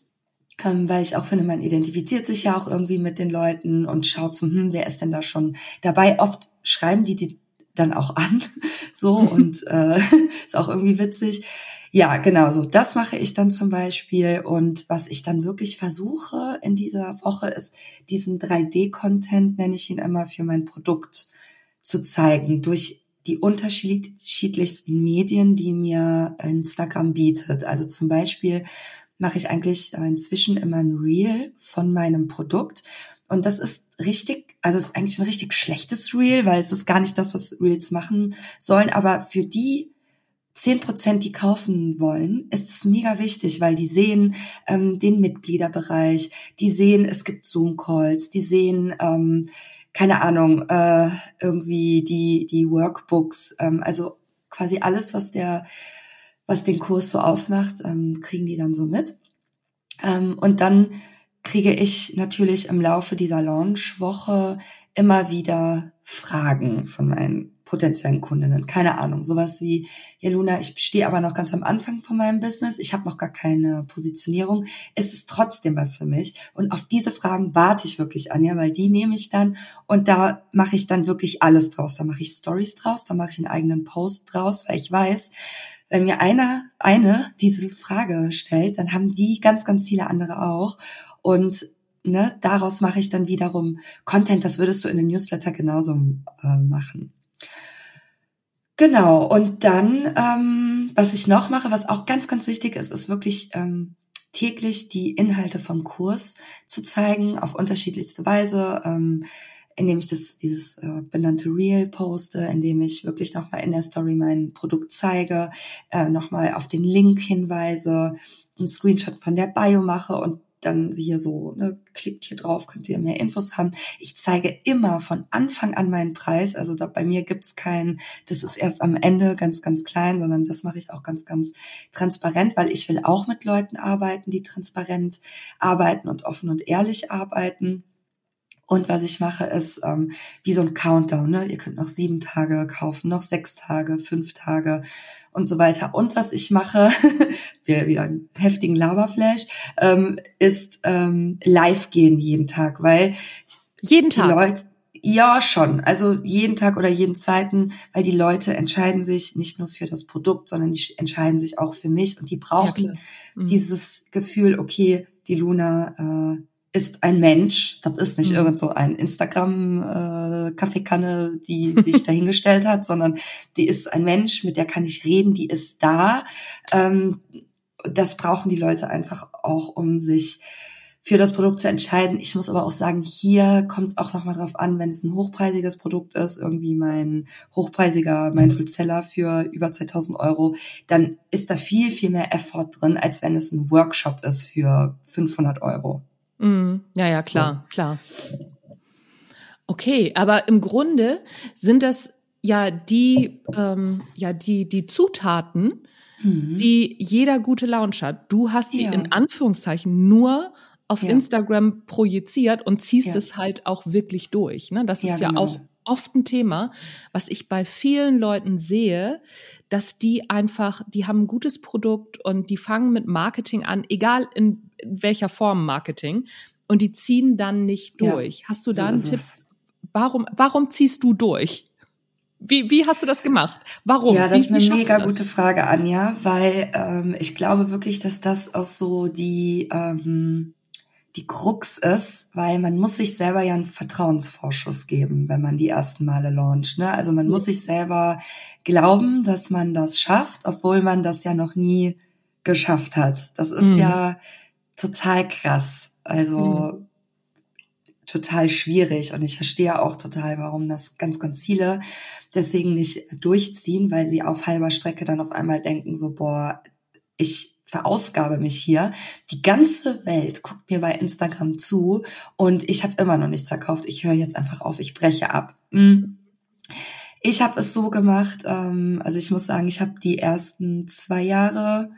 ähm, weil ich auch finde, man identifiziert sich ja auch irgendwie mit den Leuten und schaut so, hm, wer ist denn da schon dabei? Oft schreiben die die dann auch an, so und äh, ist auch irgendwie witzig. Ja, genau, so das mache ich dann zum Beispiel und was ich dann wirklich versuche in dieser Woche ist, diesen drei D-Content, nenne ich ihn immer, für mein Produkt zu zeigen, durch die unterschiedlichsten Medien, die mir Instagram bietet. Also zum Beispiel mache ich eigentlich inzwischen immer ein Reel von meinem Produkt. Und das ist richtig, also es ist eigentlich ein richtig schlechtes Reel, weil es ist gar nicht das, was Reels machen sollen. Aber für die zehn Prozent, die kaufen wollen, ist es mega wichtig, weil die sehen ähm, den Mitgliederbereich, die sehen, es gibt Zoom-Calls, die sehen, ähm, keine Ahnung, äh, irgendwie die die Workbooks, ähm, also quasi alles, was der, was den Kurs so ausmacht, ähm, kriegen die dann so mit. Ähm, und dann kriege ich natürlich im Laufe dieser Launchwoche immer wieder Fragen von meinen potenziellen Kundinnen. Keine Ahnung, sowas wie, ja Luna, ich stehe aber noch ganz am Anfang von meinem Business, ich habe noch gar keine Positionierung, es ist trotzdem was für mich. Und auf diese Fragen warte ich wirklich, Anja, weil die nehme ich dann und da mache ich dann wirklich alles draus. Da mache ich Stories draus, da mache ich einen eigenen Post draus, weil ich weiß, wenn mir einer, eine diese Frage stellt, dann haben die ganz, ganz viele andere auch. Und ne, daraus mache ich dann wiederum Content, das würdest du in einem Newsletter genauso äh, machen. Genau, und dann, ähm, was ich noch mache, was auch ganz, ganz wichtig ist, ist wirklich ähm, täglich die Inhalte vom Kurs zu zeigen, auf unterschiedlichste Weise, ähm, indem ich das dieses äh, benannte Reel poste, indem ich wirklich nochmal in der Story mein Produkt zeige, äh, nochmal auf den Link hinweise, einen Screenshot von der Bio mache und dann sie hier so, ne, klickt hier drauf, könnt ihr mehr Infos haben. Ich zeige immer von Anfang an meinen Preis, also da bei mir gibt's keinen, das ist erst am Ende ganz, ganz klein, sondern das mache ich auch ganz, ganz transparent, weil ich will auch mit Leuten arbeiten, die transparent arbeiten und offen und ehrlich arbeiten. Und was ich mache, ist ähm, wie so ein Countdown. Ne? Ihr könnt noch sieben Tage kaufen, noch sechs Tage, fünf Tage und so weiter. Und was ich mache, wir wieder einen heftigen Laberflash, ähm, ist ähm, live gehen jeden Tag, weil jeden die Tag. Leute, ja schon, also jeden Tag oder jeden zweiten, weil die Leute entscheiden sich nicht nur für das Produkt, sondern die entscheiden sich auch für mich und die brauchen ja, mhm. dieses Gefühl, okay, die Luna äh, ist ein Mensch, das ist nicht mhm. irgend so ein Instagram-Kaffeekanne, äh, die sich dahingestellt hat, sondern die ist ein Mensch, mit der kann ich reden, die ist da. Ähm, das brauchen die Leute einfach auch, um sich für das Produkt zu entscheiden. Ich muss aber auch sagen, hier kommt es auch nochmal drauf an, wenn es ein hochpreisiges Produkt ist, irgendwie mein hochpreisiger Mindful Seller für über zweitausend Euro, dann ist da viel, viel mehr Effort drin, als wenn es ein Workshop ist für fünfhundert Euro. Mm, ja, ja, klar, so. klar. Okay, aber im Grunde sind das ja die, ähm, ja die die Zutaten, mhm. die jeder gute Launch hat. Du hast sie ja. in Anführungszeichen nur auf ja. Instagram projiziert und ziehst ja. es halt auch wirklich durch. Ne? Das ja, ist ja genau. auch oft ein Thema, was ich bei vielen Leuten sehe, dass die einfach, die haben ein gutes Produkt und die fangen mit Marketing an, egal in welcher Form Marketing, und die ziehen dann nicht durch. Ja, Hast du da so einen Tipp? Es. Warum, warum ziehst du durch? Wie, wie hast du das gemacht? Warum? Ja, das wie, ist wie eine mega du das? gute Frage, Anja, weil ähm, ich glaube wirklich, dass das auch so die ähm, die Krux ist, weil man muss sich selber ja einen Vertrauensvorschuss geben, wenn man die ersten Male launcht. Ne? Also man muss sich selber glauben, dass man das schafft, obwohl man das ja noch nie geschafft hat. Das ist Mhm. ja total krass. Also Mhm. total schwierig. Und ich verstehe auch total, warum das ganz, ganz viele deswegen nicht durchziehen, weil sie auf halber Strecke dann auf einmal denken so, boah, ich verausgabe mich hier. Die ganze Welt guckt mir bei Instagram zu und ich habe immer noch nichts verkauft. Ich höre jetzt einfach auf, ich breche ab. Ich habe es so gemacht, ähm, also ich muss sagen, ich habe die ersten zwei Jahre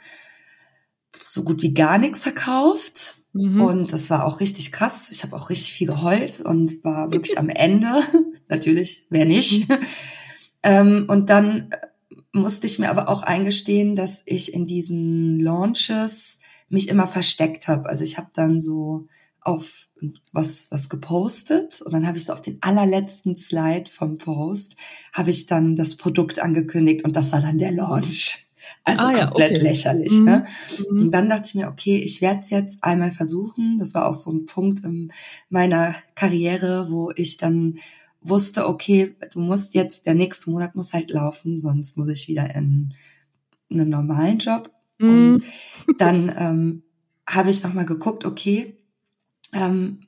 so gut wie gar nichts verkauft. Mhm. Und das war auch richtig krass. Ich habe auch richtig viel geheult und war wirklich am Ende. Natürlich, wer nicht. Mhm. ähm, und dann musste ich mir aber auch eingestehen, dass ich in diesen Launches mich immer versteckt habe. Also ich habe dann so auf was was gepostet und dann habe ich so auf den allerletzten Slide vom Post habe ich dann das Produkt angekündigt und das war dann der Launch. Also Ah, ja, komplett okay. lächerlich, Mhm. ne? Mhm. Und dann dachte ich mir, okay, ich werde es jetzt einmal versuchen. Das war auch so ein Punkt in meiner Karriere, wo ich dann wusste, okay, du musst jetzt, der nächste Monat muss halt laufen, sonst muss ich wieder in einen normalen Job. Mhm. Und dann ähm, habe ich nochmal geguckt, okay, ähm,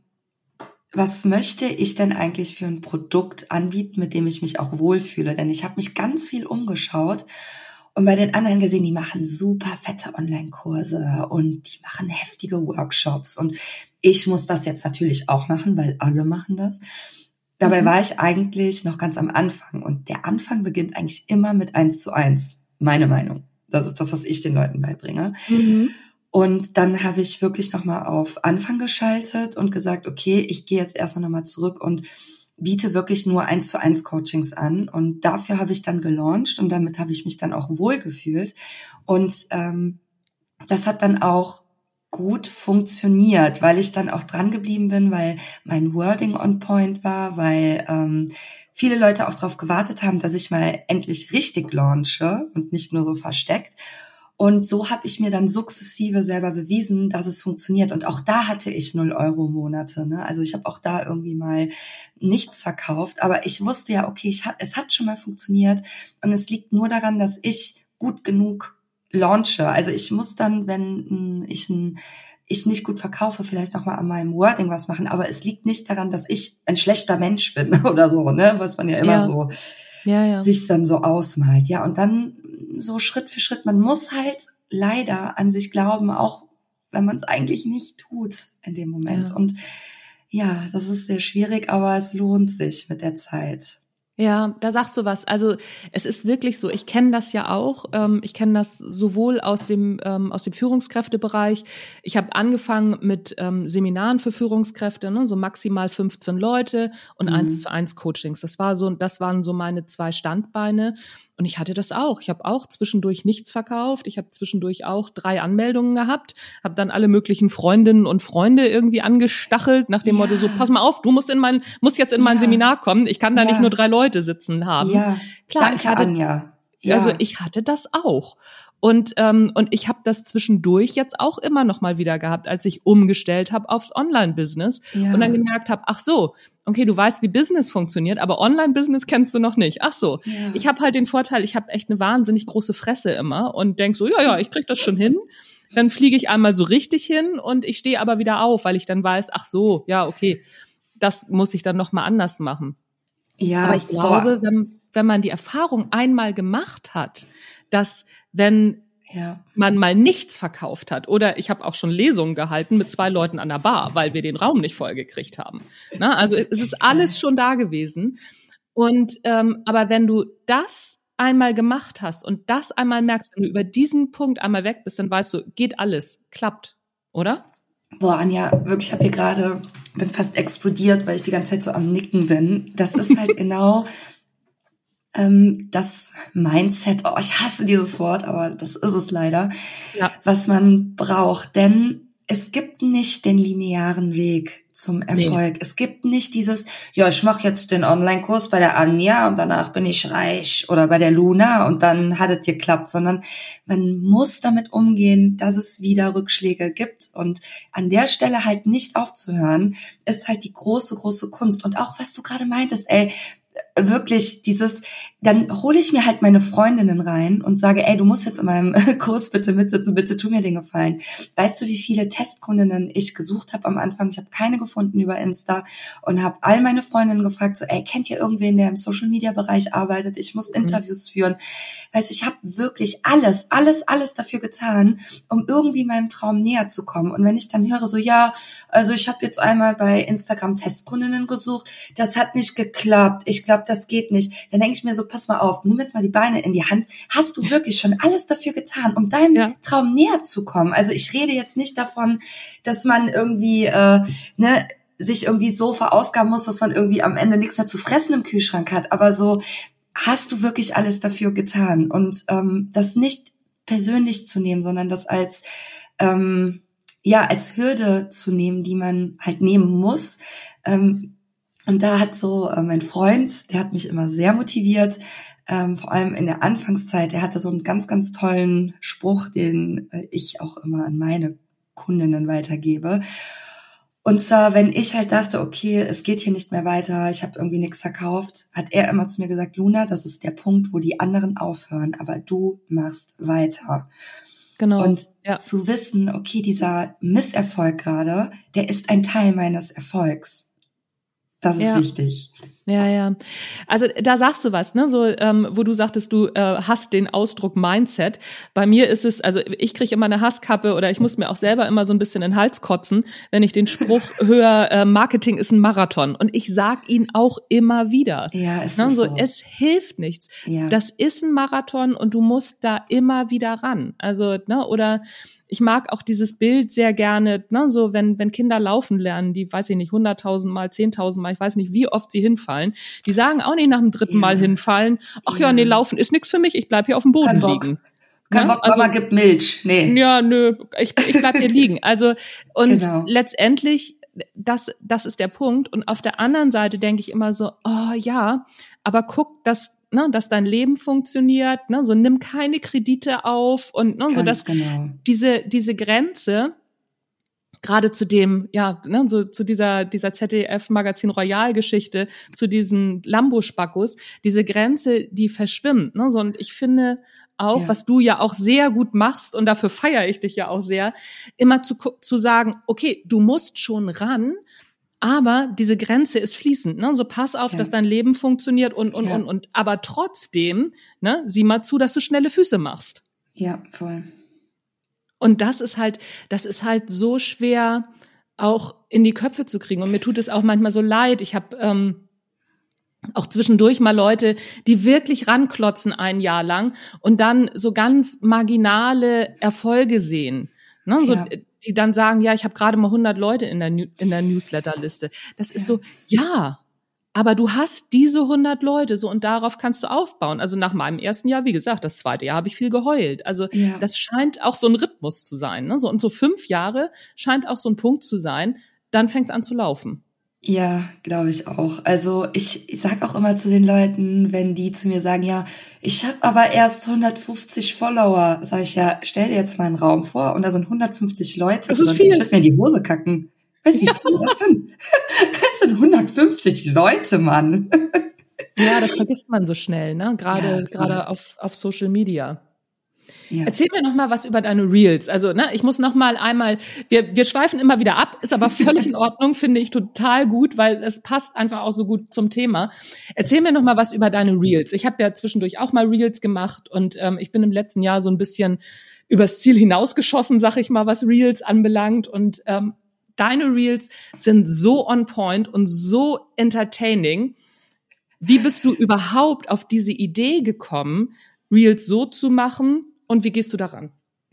was möchte ich denn eigentlich für ein Produkt anbieten, mit dem ich mich auch wohlfühle? Denn ich habe mich ganz viel umgeschaut und bei den anderen gesehen, die machen super fette Online-Kurse und die machen heftige Workshops. Und ich muss das jetzt natürlich auch machen, weil alle machen das. Dabei Mhm. war ich eigentlich noch ganz am Anfang. Und der Anfang beginnt eigentlich immer mit eins zu eins. Meine Meinung. Das ist das, was ich den Leuten beibringe. Mhm. Und dann habe ich wirklich nochmal auf Anfang geschaltet und gesagt, okay, ich gehe jetzt erstmal nochmal zurück und biete wirklich nur eins zu eins Coachings an. Und dafür habe ich dann gelauncht und damit habe ich mich dann auch wohlgefühlt. Und ähm, das hat dann auch gut funktioniert, weil ich dann auch dran geblieben bin, weil mein Wording on point war, weil ähm, viele Leute auch darauf gewartet haben, dass ich mal endlich richtig launche und nicht nur so versteckt. Und so habe ich mir dann sukzessive selber bewiesen, dass es funktioniert. Und auch da hatte ich null Euro Monate. Ne? Also ich habe auch da irgendwie mal nichts verkauft. Aber ich wusste ja, okay, ich hat, es hat schon mal funktioniert. Und es liegt nur daran, dass ich gut genug launche. Also ich muss dann, wenn ich ein ich nicht gut verkaufe, vielleicht noch mal an meinem Wording was machen, aber es liegt nicht daran, dass ich ein schlechter Mensch bin oder so, ne, was man ja immer Ja. so Ja, ja. sich dann so ausmalt. Ja, und dann so Schritt für Schritt, man muss halt leider an sich glauben, auch wenn man es eigentlich nicht tut in dem Moment. Ja. Und ja, das ist sehr schwierig, aber es lohnt sich mit der Zeit. Ja, da sagst du was. Also es ist wirklich so. Ich kenne das ja auch. Ähm, ich kenne das sowohl aus dem ähm, aus dem Führungskräftebereich. Ich habe angefangen mit ähm, Seminaren für Führungskräfte, ne, so maximal fünfzehn Leute und Mhm. eins zu eins Coachings. Das war so, das waren so meine zwei Standbeine. Und ich hatte das auch. Ich habe auch zwischendurch nichts verkauft. Ich habe zwischendurch auch drei Anmeldungen gehabt, habe dann alle möglichen Freundinnen und Freunde irgendwie angestachelt nach dem Ja. Motto so: Pass mal auf, du musst in mein musst jetzt in mein Ja. Seminar kommen. Ich kann da Ja. nicht nur drei Leute sitzen haben. Ja, Klar, danke, ich hatte Anja. Ja. also ich hatte das auch. Und ähm, und ich habe das zwischendurch jetzt auch immer noch mal wieder gehabt, als ich umgestellt habe aufs Online-Business Ja. und dann gemerkt habe, ach so, okay, du weißt, wie Business funktioniert, aber Online-Business kennst du noch nicht. Ach so, Ja. ich habe halt den Vorteil, ich habe echt eine wahnsinnig große Fresse immer und denk so, ja, ja, ich krieg das schon hin. Dann fliege ich einmal so richtig hin und ich stehe aber wieder auf, weil ich dann weiß, ach so, ja, okay, das muss ich dann noch mal anders machen. Ja, Aber ich glaube, boah. wenn, wenn man die Erfahrung einmal gemacht hat, dass wenn Ja. man mal nichts verkauft hat, oder ich habe auch schon Lesungen gehalten mit zwei Leuten an der Bar, weil wir den Raum nicht vollgekriegt haben. Na, also es ist alles schon da gewesen. Und ähm, aber wenn du das einmal gemacht hast und das einmal merkst, wenn du über diesen Punkt einmal weg bist, dann weißt du, geht alles, klappt, oder? Boah, Anja, wirklich, ich habe hier gerade, bin fast explodiert, weil ich die ganze Zeit so am Nicken bin. Das ist halt genau ähm, das Mindset, oh, ich hasse dieses Wort, aber das ist es leider, Ja. was man braucht. Denn es gibt nicht den linearen Weg zum Erfolg. Nee. Es gibt nicht dieses, ja, ich mache jetzt den Online-Kurs bei der Anja und danach bin ich reich oder bei der Luna und dann hat es geklappt, sondern man muss damit umgehen, dass es wieder Rückschläge gibt und an der Stelle halt nicht aufzuhören, ist halt die große, große Kunst. Und auch, was du gerade meintest, ey, wirklich dieses, dann hole ich mir halt meine Freundinnen rein und sage, ey, du musst jetzt in meinem Kurs bitte mitsitzen, bitte tu mir den Gefallen. Weißt du, wie viele Testkundinnen ich gesucht habe am Anfang? Ich habe keine gefunden über Insta und habe all meine Freundinnen gefragt, so, ey, kennt ihr irgendwen, der im Social-Media-Bereich arbeitet? Ich muss Interviews mhm. führen. Weißt du, ich habe wirklich alles, alles, alles dafür getan, um irgendwie meinem Traum näher zu kommen. Und wenn ich dann höre, so, ja, also ich habe jetzt einmal bei Instagram Testkundinnen gesucht, das hat nicht geklappt, ich glaube, das geht nicht. Dann denke ich mir so, pass mal auf, nimm jetzt mal die Beine in die Hand. Hast du wirklich schon alles dafür getan, um deinem ja. Traum näher zu kommen? Also ich rede jetzt nicht davon, dass man irgendwie äh, ne sich irgendwie so verausgaben muss, dass man irgendwie am Ende nichts mehr zu fressen im Kühlschrank hat. Aber so, hast du wirklich alles dafür getan? Und ähm, das nicht persönlich zu nehmen, sondern das als ähm, ja als Hürde zu nehmen, die man halt nehmen muss. Ähm, Und da hat so äh, mein Freund, der hat mich immer sehr motiviert, ähm, vor allem in der Anfangszeit. Er hatte so einen ganz, ganz tollen Spruch, den äh, ich auch immer an meine Kundinnen weitergebe. Und zwar, wenn ich halt dachte, okay, es geht hier nicht mehr weiter, ich habe irgendwie nichts verkauft, hat er immer zu mir gesagt, Luna, das ist der Punkt, wo die anderen aufhören, aber du machst weiter. Genau. Und ja. zu wissen, okay, dieser Misserfolg gerade, der ist ein Teil meines Erfolgs. Das ist ja. wichtig. Ja, ja. Also da sagst du was, ne? So, ähm, wo du sagtest, du äh, hast den Ausdruck Mindset. Bei mir ist es, also ich kriege immer eine Hasskappe oder ich muss mir auch selber immer so ein bisschen in den Hals kotzen, wenn ich den Spruch höre, äh, Marketing ist ein Marathon. Und ich sag ihn auch immer wieder. Ja, es ne? ist so, so. Es hilft nichts. Ja. Das ist ein Marathon und du musst da immer wieder ran. Also, ne? Oder ich mag auch dieses Bild sehr gerne, ne, so wenn wenn Kinder laufen lernen, die, weiß ich nicht, hunderttausend Mal, zehntausend Mal, ich weiß nicht, wie oft sie hinfallen, die sagen auch nicht nach dem dritten ja. Mal hinfallen, ach ja. ja, nee, laufen ist nichts für mich, ich bleib hier auf dem Boden Kein Bock. liegen. Kein Bock, Mama also, gibt Milch. Nee. Ja, nö, ich, ich bleib hier liegen. Also, und genau. letztendlich, das, das ist der Punkt. Und auf der anderen Seite denke ich immer so, oh ja, aber guck, dass Ne, dass dein Leben funktioniert, ne, so nimm keine Kredite auf und ne, so dass genau. diese diese Grenze gerade zu dem ja ne, so zu dieser dieser Z D F Magazin Royal Geschichte, zu diesen Lambo-Spackos, diese Grenze, die verschwimmt, ne, so und ich finde auch, ja. was du ja auch sehr gut machst und dafür feiere ich dich ja auch sehr, immer zu zu sagen, okay, du musst schon ran. Aber diese Grenze ist fließend, ne? So pass auf, ja. dass dein Leben funktioniert und, und, ja. und, und, aber trotzdem, ne, sieh mal zu, dass du schnelle Füße machst. Ja, voll. Und das ist halt, das ist halt so schwer auch in die Köpfe zu kriegen. Und mir tut es auch manchmal so leid. Ich habe ähm, auch zwischendurch mal Leute, die wirklich ranklotzen ein Jahr lang und dann so ganz marginale Erfolge sehen. Ne, so, ja. die dann sagen, ja, ich habe gerade mal hundert Leute in der in der Newsletterliste. Das ist ja. so, ja, aber du hast diese hundert Leute so und darauf kannst du aufbauen. Also nach meinem ersten Jahr, wie gesagt, das zweite Jahr habe ich viel geheult. Also ja. das scheint auch so ein Rhythmus zu sein. Ne? So, und so fünf Jahre scheint auch so ein Punkt zu sein, dann fängt es an zu laufen. Ja, glaube ich auch. Also ich, ich sag auch immer zu den Leuten, wenn die zu mir sagen, ja, ich habe aber erst hundertfünfzig Follower, sag ich, ja, stell dir jetzt mal einen Raum vor und da sind hundertfünfzig Leute. Das ist viel. Ich würde mir in die Hose kacken. Weißt du, wie viele das sind? Das sind hundertfünfzig Leute, Mann. Ja, das vergisst man so schnell, ne? Gerade ja, gerade auf auf Social Media. Ja. Erzähl mir noch mal was über deine Reels. Also, ne, ich muss noch mal einmal, wir wir schweifen immer wieder ab, ist aber völlig in Ordnung, finde ich total gut, weil es passt einfach auch so gut zum Thema. Erzähl mir noch mal was über deine Reels. Ich habe ja zwischendurch auch mal Reels gemacht und ähm, ich bin im letzten Jahr so ein bisschen übers Ziel hinausgeschossen, sag ich mal, was Reels anbelangt. Und ähm, deine Reels sind so on point und so entertaining. Wie bist du überhaupt auf diese Idee gekommen, Reels so zu machen? Und wie gehst du daran?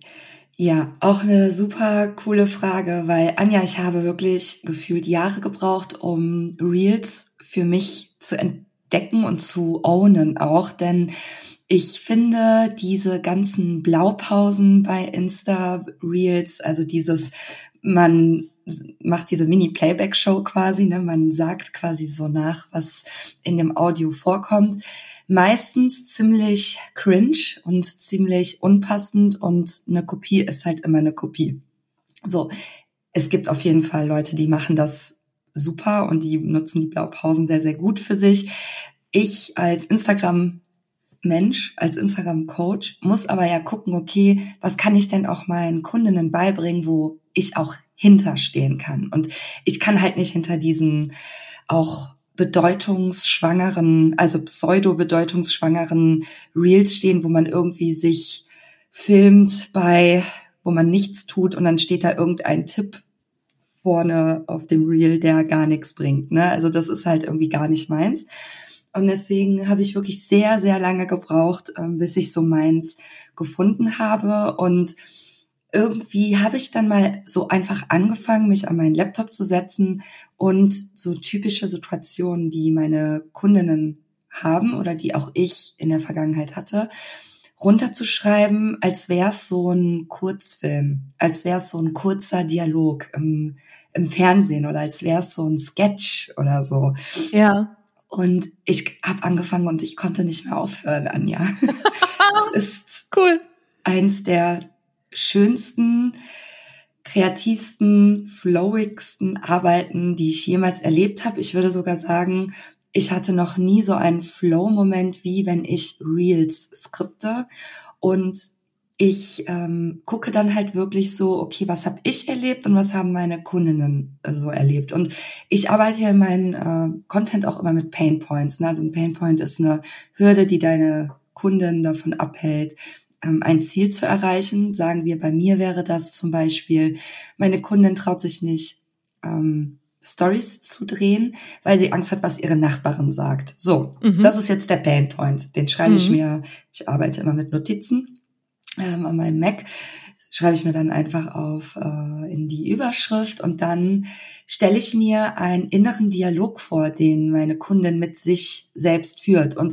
Ja, auch eine super coole Frage, weil Anja, ich habe wirklich gefühlt Jahre gebraucht, um Reels für mich zu entdecken und zu ownen auch, denn Ich finde diese ganzen Blaupausen bei Insta-Reels, also dieses, man macht diese Mini-Playback-Show quasi, ne, man sagt quasi so nach, was in dem Audio vorkommt, meistens ziemlich cringe und ziemlich unpassend und eine Kopie ist halt immer eine Kopie. So, es gibt auf jeden Fall Leute, die machen das super und die nutzen die Blaupausen sehr, sehr gut für sich. Ich als Instagram Mensch, als Instagram-Coach, muss aber ja gucken, okay, was kann ich denn auch meinen Kundinnen beibringen, wo ich auch hinterstehen kann. Und ich kann halt nicht hinter diesen auch bedeutungsschwangeren, also pseudo-bedeutungsschwangeren Reels stehen, wo man irgendwie sich filmt bei, wo man nichts tut und dann steht da irgendein Tipp vorne auf dem Reel, der gar nichts bringt, ne? Also das ist halt irgendwie gar nicht meins. Und deswegen habe ich wirklich sehr, sehr lange gebraucht, bis ich so meins gefunden habe. Und irgendwie habe ich dann mal so einfach angefangen, mich an meinen Laptop zu setzen und so typische Situationen, die meine Kundinnen haben oder die auch ich in der Vergangenheit hatte, runterzuschreiben, als wäre es so ein Kurzfilm, als wäre es so ein kurzer Dialog im, im Fernsehen oder als wäre es so ein Sketch oder so. Ja. Und ich habe angefangen und ich konnte nicht mehr aufhören, Anja. Es ist cool. Eins der schönsten, kreativsten, flowigsten Arbeiten, die ich jemals erlebt habe. Ich würde sogar sagen, ich hatte noch nie so einen Flow-Moment, wie wenn ich Reels skripte. Und ich ähm, gucke dann halt wirklich so, okay, was habe ich erlebt und was haben meine Kundinnen äh, so erlebt. Und ich arbeite ja in meinem äh, Content auch immer mit Pain Points. Ne? Also ein Pain Point ist eine Hürde, die deine Kundin davon abhält, ähm, ein Ziel zu erreichen. Sagen wir, bei mir wäre das zum Beispiel, meine Kundin traut sich nicht, ähm, Stories zu drehen, weil sie Angst hat, was ihre Nachbarin sagt. So, mhm. Das ist jetzt der Pain Point. Den schreibe mhm. ich mir, ich arbeite immer mit Notizen. Ähm, an meinem Mac schreibe ich mir dann einfach auf äh, in die Überschrift und dann stelle ich mir einen inneren Dialog vor, den meine Kundin mit sich selbst führt. Und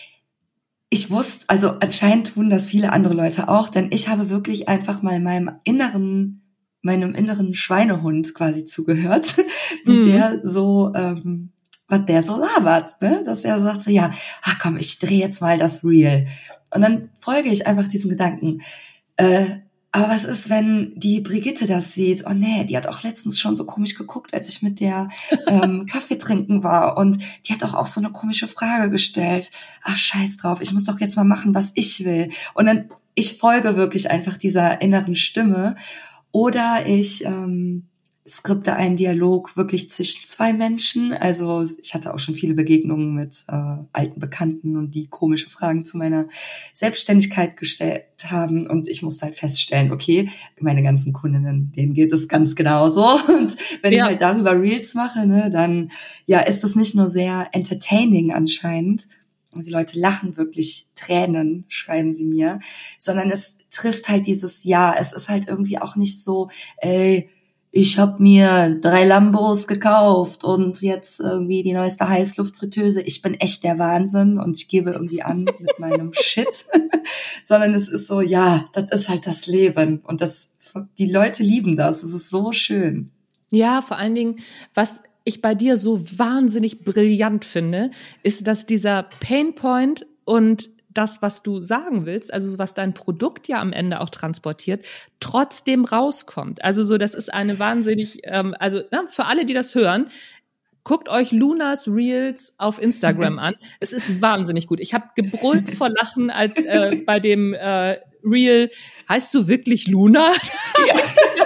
ich wusste, also anscheinend tun das viele andere Leute auch, denn ich habe wirklich einfach mal meinem inneren, meinem inneren Schweinehund quasi zugehört, wie mhm. der so, ähm, was der so labert, ne? Dass er sagt so, ja, ach komm, ich drehe jetzt mal das Reel. Und dann folge ich einfach diesen Gedanken. Äh, aber was ist, wenn die Brigitte das sieht? Oh nee, die hat auch letztens schon so komisch geguckt, als ich mit der ähm, Kaffee trinken war. Und die hat auch, auch so eine komische Frage gestellt. Ach, scheiß drauf, ich muss doch jetzt mal machen, was ich will. Und dann, ich folge wirklich einfach dieser inneren Stimme. Oder ich ähm, skripte einen Dialog wirklich zwischen zwei Menschen. Also ich hatte auch schon viele Begegnungen mit äh, alten Bekannten und die komische Fragen zu meiner Selbstständigkeit gestellt haben. Und ich musste halt feststellen, okay, meine ganzen Kundinnen, denen geht es ganz genauso. Und wenn ja. ich halt darüber Reels mache, ne, dann ja ist das nicht nur sehr entertaining anscheinend. Und die Leute lachen wirklich Tränen, schreiben sie mir, sondern es trifft halt dieses Ja. Es ist halt irgendwie auch nicht so, ey, ich habe mir drei Lambos gekauft und jetzt irgendwie die neueste Heißluftfritteuse. Ich bin echt der Wahnsinn und ich gebe irgendwie an mit meinem Shit. Sondern es ist so, ja, das ist halt das Leben. Und das, die Leute lieben das. Es ist so schön. Ja, vor allen Dingen, was ich bei dir so wahnsinnig brillant finde, ist, dass dieser Painpoint und das, was du sagen willst, also was dein Produkt ja am Ende auch transportiert, trotzdem rauskommt. Also so, das ist eine wahnsinnig, ähm, also na, für alle, die das hören, guckt euch Lunas Reels auf Instagram an. Es ist wahnsinnig gut. Ich habe gebrüllt vor Lachen als äh, bei dem äh, Reel. Heißt du wirklich Luna? Ja.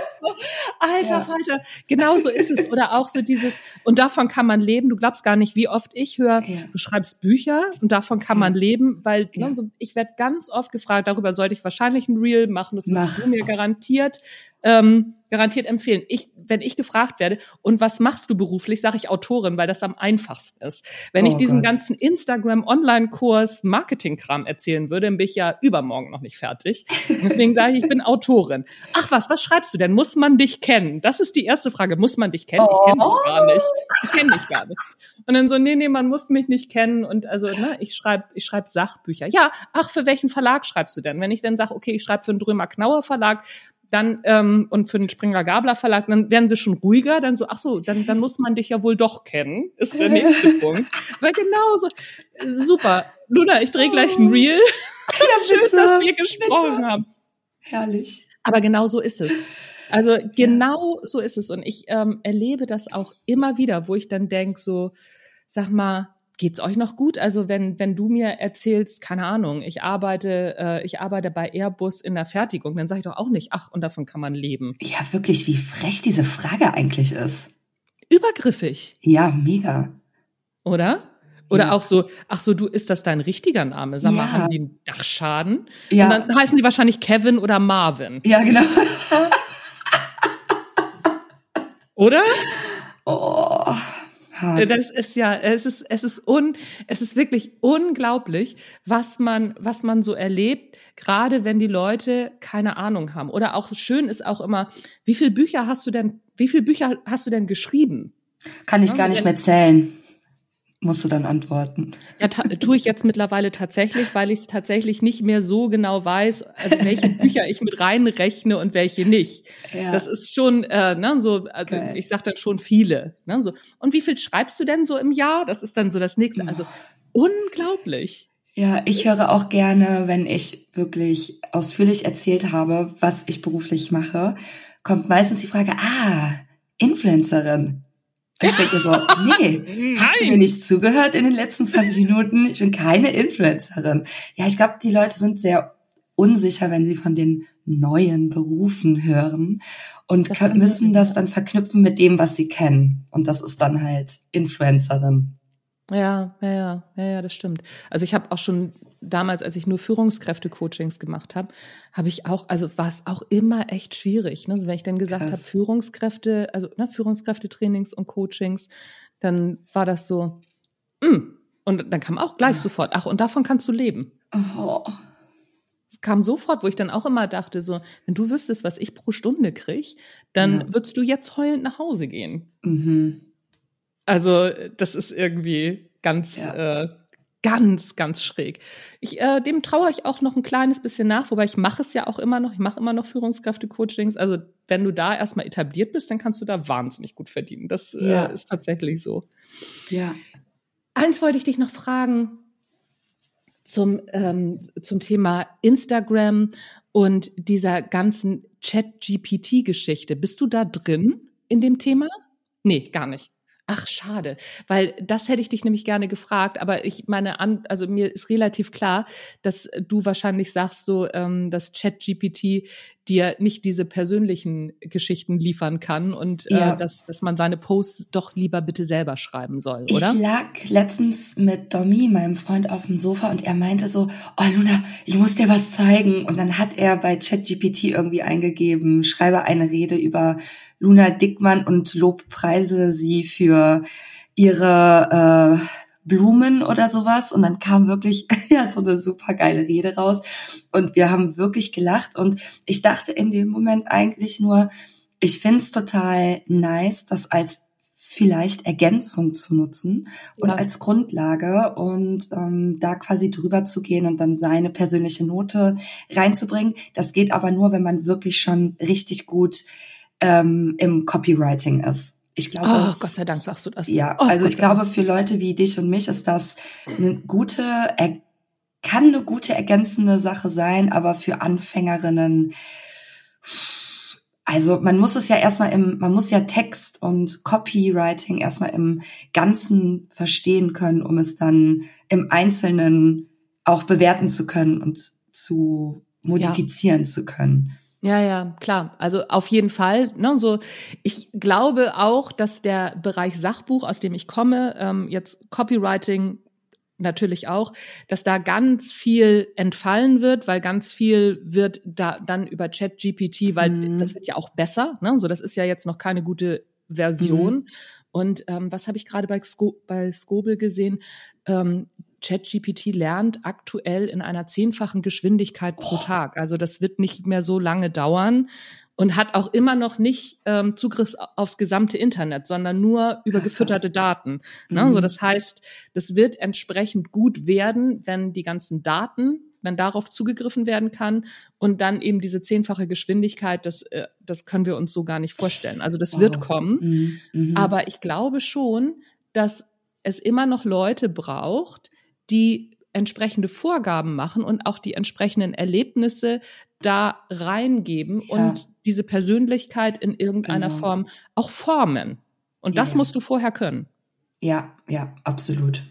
Alter ja. Falter, genau so ist es. Oder auch so dieses, und davon kann man leben. Du glaubst gar nicht, wie oft ich höre, ja. du schreibst Bücher und davon kann ja. man leben, weil ja. ne, so, ich werde ganz oft gefragt, darüber sollte ich wahrscheinlich ein Reel machen, das machst du mir garantiert. ähm, garantiert empfehlen. Ich, wenn ich gefragt werde, und was machst du beruflich, sage ich Autorin, weil das am einfachsten ist. Wenn Oh ich diesen Gott. ganzen Instagram-Online-Kurs Marketing-Kram erzählen würde, dann bin ich ja übermorgen noch nicht fertig. Und deswegen sage ich, ich bin Autorin. Ach was, was schreibst du denn? Muss man dich kennen? Das ist die erste Frage. Muss man dich kennen? Ich kenne dich gar nicht. Ich kenne dich gar nicht. Und dann so, nee, nee, man muss mich nicht kennen. Und also, ne, ich schreibe ich schreib Sachbücher. Ja, ach, für welchen Verlag schreibst du denn? Wenn ich dann sage, okay, ich schreibe für den Drömer-Knauer Verlag, dann ähm, und für den Springer-Gabler Verlag, dann werden sie schon ruhiger, dann so, ach so, dann dann muss man dich ja wohl doch kennen, ist der nächste Punkt. Weil genau so, super. Luna, ich drehe gleich ein Reel. Ja, Schön, bitte, dass wir gesprochen bitte. haben. Herrlich. Aber genau so ist es. Also genau so ist es. Und ich ähm, erlebe das auch immer wieder, wo ich dann denk so, sag mal, geht's euch noch gut? Also wenn wenn du mir erzählst, keine Ahnung, ich arbeite äh, ich arbeite bei Airbus in der Fertigung, dann sage ich doch auch nicht, ach, und davon kann man leben. Ja, wirklich, wie frech diese Frage eigentlich ist. Übergriffig, Ja, mega. oder? Oder Ja. auch so, ach so, du, ist das dein richtiger Name? Sag mal, Ja. haben die einen Dachschaden? Ja. Und dann heißen die wahrscheinlich Kevin oder Marvin, Ja, genau. oder? Oh, hart. Das ist ja, es ist, es ist un, es ist wirklich unglaublich, was man, was man so erlebt, gerade wenn die Leute keine Ahnung haben. Oder auch schön ist auch immer, wie viele Bücher hast du denn, wie viele Bücher hast du denn geschrieben? Kann ich Ja, gar nicht wenn- mehr zählen. Musst du dann antworten. Ja, ta- tue ich jetzt mittlerweile tatsächlich, weil ich es tatsächlich nicht mehr so genau weiß, also welche Bücher ich mit reinrechne und welche nicht. Ja. Das ist schon, äh, ne, so, also Geil. ich sag dann schon viele. Ne, so. Und wie viel schreibst du denn so im Jahr? Das ist dann so das nächste. Also unglaublich. Ja, ich höre auch gerne, wenn ich wirklich ausführlich erzählt habe, was ich beruflich mache, kommt meistens die Frage, ah, Influencerin. Und ich denke so, nee, hast du mir nicht zugehört in den letzten zwanzig Minuten? Ich bin keine Influencerin. Ja, ich glaube, die Leute sind sehr unsicher, wenn sie von den neuen Berufen hören und Das können, kann müssen sein, das ja. dann verknüpfen mit dem, was sie kennen. Und das ist dann halt Influencerin. Ja, ja, ja, ja, ja, das stimmt. Also ich habe auch schon damals, als ich nur Führungskräfte-Coachings gemacht habe, habe ich auch, also war es auch immer echt schwierig. Ne? Also wenn ich dann gesagt Krass. habe, Führungskräfte, also ne, Führungskräfte-Trainings und Coachings, dann war das so, mm. Und dann kam auch gleich sofort, ach, und davon kannst du leben. Oh. Es kam sofort, wo ich dann auch immer dachte, so, wenn du wüsstest, was ich pro Stunde krieg, dann Ja. würdest du jetzt heulend nach Hause gehen. Mhm. Also das ist irgendwie ganz, Ja. äh, ganz, ganz schräg. Ich, äh, dem traue ich auch noch ein kleines bisschen nach, wobei ich mache es ja auch immer noch. Ich mache immer noch Führungskräfte-Coachings. Also wenn du da erstmal etabliert bist, dann kannst du da wahnsinnig gut verdienen. Das Ja. äh, ist tatsächlich so. Ja. Eins wollte ich dich noch fragen zum, ähm, zum Thema Instagram und dieser ganzen Chat-G P T-Geschichte. Bist du da drin in dem Thema? Nee, gar nicht. Ach, schade, weil das hätte ich dich nämlich gerne gefragt, aber ich meine, an, also mir ist relativ klar, dass du wahrscheinlich sagst so, ähm, dass Chat-G P T dir nicht diese persönlichen Geschichten liefern kann und Ja. äh, dass, dass man seine Posts doch lieber bitte selber schreiben soll, oder? Ich lag letztens mit Domi, meinem Freund, auf dem Sofa und er meinte so, oh Luna, ich muss dir was zeigen. Und dann hat er bei ChatGPT irgendwie eingegeben, schreibe eine Rede über Luna Dickmann und lobpreise sie für ihre äh, Blumen oder sowas. Und dann kam wirklich ja so eine super geile Rede raus. Und wir haben wirklich gelacht. Und ich dachte in dem Moment eigentlich nur, ich find's total nice, das als vielleicht Ergänzung zu nutzen und Ja. als Grundlage und ähm, da quasi drüber zu gehen und dann seine persönliche Note reinzubringen. Das geht aber nur, wenn man wirklich schon richtig gut ähm, im Copywriting ist. Ich glaube, Oh, Gott sei Dank sagst du das. ja, Oh, also Gott ich sei Dank. glaube, für Leute wie dich und mich ist das eine gute, er- kann eine gute ergänzende Sache sein, aber für Anfängerinnen, also man muss es ja erstmal im, man muss ja Text und Copywriting erstmal im Ganzen verstehen können, um es dann im Einzelnen auch bewerten zu können und zu modifizieren zu können. Ja, ja, klar. Also auf jeden Fall. Ne, so, ich glaube auch, dass der Bereich Sachbuch, aus dem ich komme, ähm, jetzt Copywriting natürlich auch, dass da ganz viel entfallen wird, weil ganz viel wird da dann über ChatGPT, weil mhm. das wird ja auch besser, ne? So, das ist ja jetzt noch keine gute Version. Mhm. Und ähm, was habe ich gerade bei, Sco- bei Scobel gesehen? Ähm, ChatGPT lernt aktuell in einer zehnfachen Geschwindigkeit pro oh. Tag. Also das wird nicht mehr so lange dauern und hat auch immer noch nicht ähm, Zugriff aufs gesamte Internet, sondern nur über Ach, gefütterte Daten. Ne? Mhm. So, das heißt, das wird entsprechend gut werden, wenn die ganzen Daten, wenn darauf zugegriffen werden kann und dann eben diese zehnfache Geschwindigkeit, das, äh, das können wir uns so gar nicht vorstellen. Also das wow. wird kommen. Mhm. Aber ich glaube schon, dass es immer noch Leute braucht, die entsprechende Vorgaben machen und auch die entsprechenden Erlebnisse da reingeben ja. und diese Persönlichkeit in irgendeiner genau. Form auch formen. Und das ja. musst du vorher können. Ja, ja, absolut.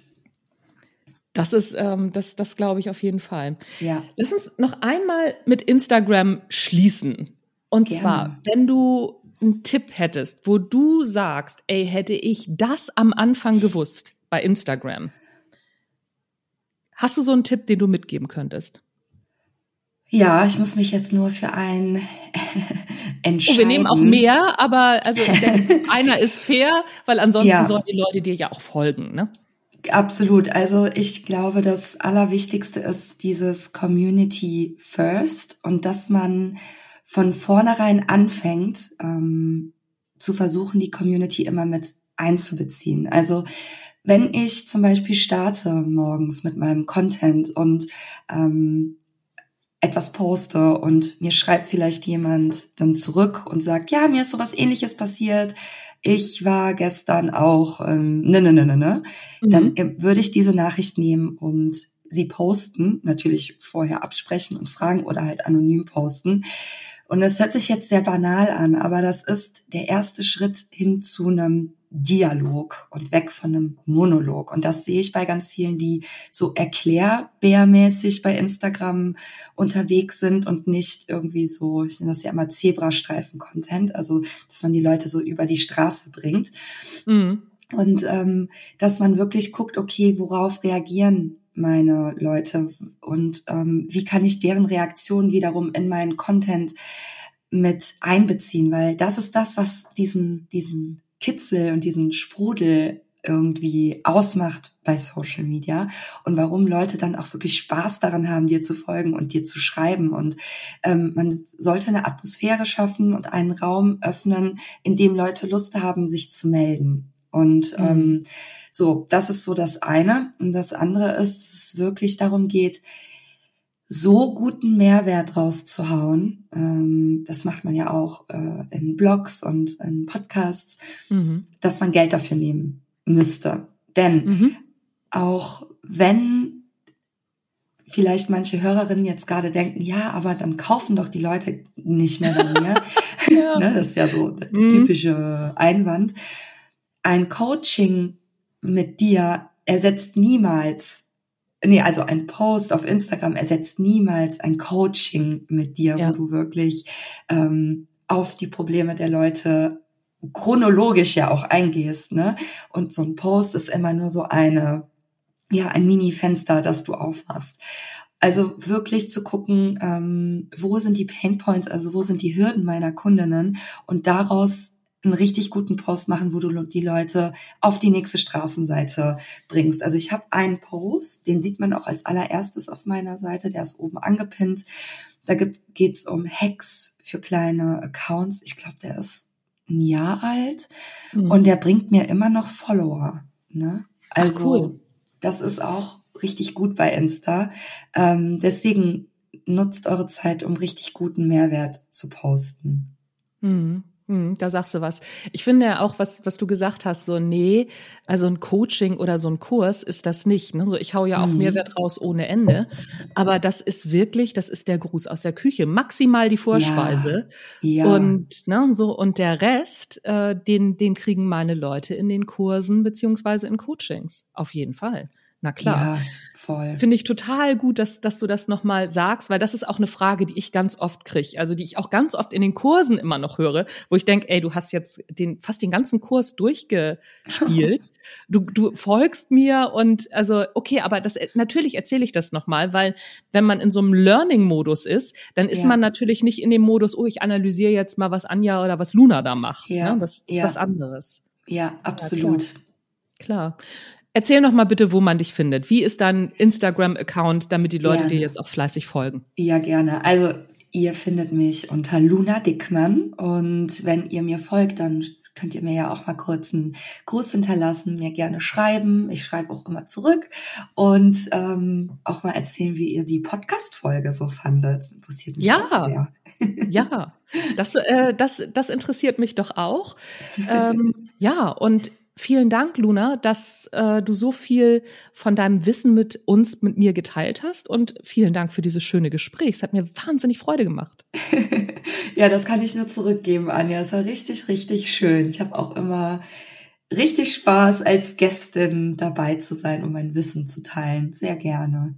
Das ist, ähm, das, das glaube ich auf jeden Fall. Ja. Lass uns noch einmal mit Instagram schließen. Und Gerne. zwar, wenn du einen Tipp hättest, wo du sagst, ey, hätte ich das am Anfang gewusst bei Instagram, hast du so einen Tipp, den du mitgeben könntest? Ja, ich muss mich jetzt nur für einen entscheiden. Oh, wir nehmen auch mehr, aber also ich denke, einer ist fair, weil ansonsten ja. sollen die Leute dir ja auch folgen, ne? Absolut. Also ich glaube, das Allerwichtigste ist dieses Community First und dass man von vornherein anfängt, ähm, zu versuchen, die Community immer mit einzubeziehen. Also wenn ich zum Beispiel starte morgens mit meinem Content und ähm, etwas poste und mir schreibt vielleicht jemand dann zurück und sagt, ja, mir ist sowas Ähnliches passiert, ich war gestern auch, ähm, ne, ne, ne, ne, ne, mhm. dann äh, würde ich diese Nachricht nehmen und sie posten, natürlich vorher absprechen und fragen oder halt anonym posten. Und das hört sich jetzt sehr banal an, aber das ist der erste Schritt hin zu einem Dialog und weg von einem Monolog. Und das sehe ich bei ganz vielen, die so erklärbärmäßig bei Instagram unterwegs sind und nicht irgendwie so, ich nenne das ja immer Zebrastreifen-Content, also dass man die Leute so über die Straße bringt. Mhm. Und ähm, dass man wirklich guckt, okay, worauf reagieren meine Leute und ähm, wie kann ich deren Reaktion wiederum in meinen Content mit einbeziehen, weil das ist das, was diesen diesen Kitzel und diesen Sprudel irgendwie ausmacht bei Social Media und warum Leute dann auch wirklich Spaß daran haben, dir zu folgen und dir zu schreiben. Und ähm, man sollte eine Atmosphäre schaffen und einen Raum öffnen, in dem Leute Lust haben, sich zu melden. Und mhm. ähm, so, das ist so das eine. Und das andere ist, dass es wirklich darum geht, so guten Mehrwert rauszuhauen. Ähm, das macht man ja auch äh, in Blogs und in Podcasts, mhm. dass man Geld dafür nehmen müsste. Denn mhm. auch wenn vielleicht manche Hörerinnen jetzt gerade denken, ja, aber dann kaufen doch die Leute nicht mehr bei mir. ja. ne, das ist ja so der mhm. typische Einwand. Ein Coaching mit dir ersetzt niemals Nee, also ein Post auf Instagram ersetzt niemals ein Coaching mit dir, ja. wo du wirklich ähm, auf die Probleme der Leute chronologisch ja auch eingehst, ne? Und so ein Post ist immer nur so eine, ja, ein Mini-Fenster, das du aufmachst. Also wirklich zu gucken, ähm, wo sind die Painpoints, also wo sind die Hürden meiner Kundinnen und daraus einen richtig guten Post machen, wo du die Leute auf die nächste Straßenseite bringst. Also ich habe einen Post, den sieht man auch als allererstes auf meiner Seite, der ist oben angepinnt. Da geht es um Hacks für kleine Accounts. Ich glaube, der ist ein Jahr alt mhm. und der bringt mir immer noch Follower. Ne? Also Ach, cool. Das ist auch richtig gut bei Insta. Ähm, deswegen nutzt eure Zeit, um richtig guten Mehrwert zu posten. Mhm. Da sagst du was. Ich finde ja auch, was was du gesagt hast, so nee, also ein Coaching oder so ein Kurs ist das nicht. Ne? So ich hau ja auch mhm. Mehrwert raus ohne Ende, aber das ist wirklich, das ist der Gruß aus der Küche, maximal die Vorspeise ja, ja. und ne so und der Rest, äh, den den kriegen meine Leute in den Kursen beziehungsweise in Coachings auf jeden Fall. Na klar. Ja, voll. Finde ich total gut, dass, dass du das nochmal sagst, weil das ist auch eine Frage, die ich ganz oft kriege, also die ich auch ganz oft in den Kursen immer noch höre, wo ich denke, ey, du hast jetzt den fast den ganzen Kurs durchgespielt, du, du folgst mir und also okay, aber das natürlich erzähle ich das nochmal, weil wenn man in so einem Learning-Modus ist, dann ist Ja. man natürlich nicht in dem Modus, oh, ich analysiere jetzt mal, was Anja oder was Luna da macht. Ja. Ne? Das ist Ja. was anderes. Ja, absolut. Ja, klar. klar. Erzähl noch mal bitte, wo man dich findet. Wie ist dein Instagram-Account, damit die Leute Gerne. dir jetzt auch fleißig folgen? Ja, gerne. Also ihr findet mich unter Luna Dickmann und wenn ihr mir folgt, dann könnt ihr mir ja auch mal kurz einen Gruß hinterlassen, mir gerne schreiben. Ich schreibe auch immer zurück und ähm, auch mal erzählen, wie ihr die Podcast-Folge so fandet. Das interessiert mich ja. auch sehr. Ja, das, äh, das, das interessiert mich doch auch. Ähm, ja, und vielen Dank, Luna, dass äh, du so viel von deinem Wissen mit uns, mit mir geteilt hast und vielen Dank für dieses schöne Gespräch. Es hat mir wahnsinnig Freude gemacht. Ja, das kann ich nur zurückgeben, Anja. Es war richtig, richtig schön. Ich habe auch immer richtig Spaß, als Gästin dabei zu sein, um mein Wissen zu teilen. Sehr gerne.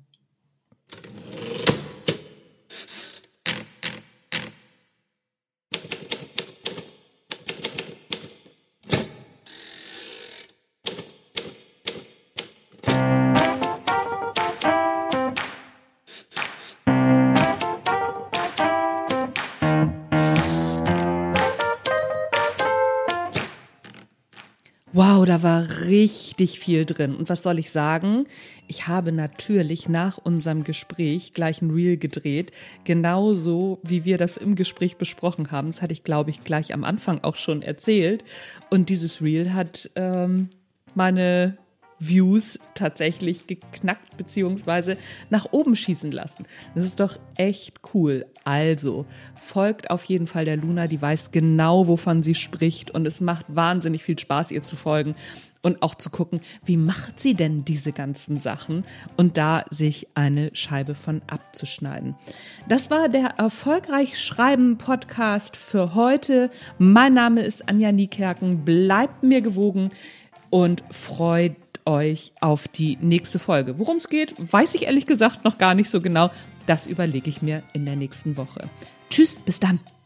Wow, da war richtig viel drin. Und was soll ich sagen? Ich habe natürlich nach unserem Gespräch gleich ein Reel gedreht, genauso wie wir das im Gespräch besprochen haben. Das hatte ich, glaube ich, gleich am Anfang auch schon erzählt. Und dieses Reel hat ähm, meine Views tatsächlich geknackt beziehungsweise nach oben schießen lassen. Das ist doch echt cool. Also folgt auf jeden Fall der Luna, die weiß genau, wovon sie spricht und es macht wahnsinnig viel Spaß, ihr zu folgen und auch zu gucken, wie macht sie denn diese ganzen Sachen und da sich eine Scheibe von abzuschneiden. Das war der Erfolgreich Schreiben Podcast für heute. Mein Name ist Anja Niekerken. Bleibt mir gewogen und freut euch auf die nächste Folge. Worum es geht, weiß ich ehrlich gesagt noch gar nicht so genau. Das überlege ich mir in der nächsten Woche. Tschüss, bis dann.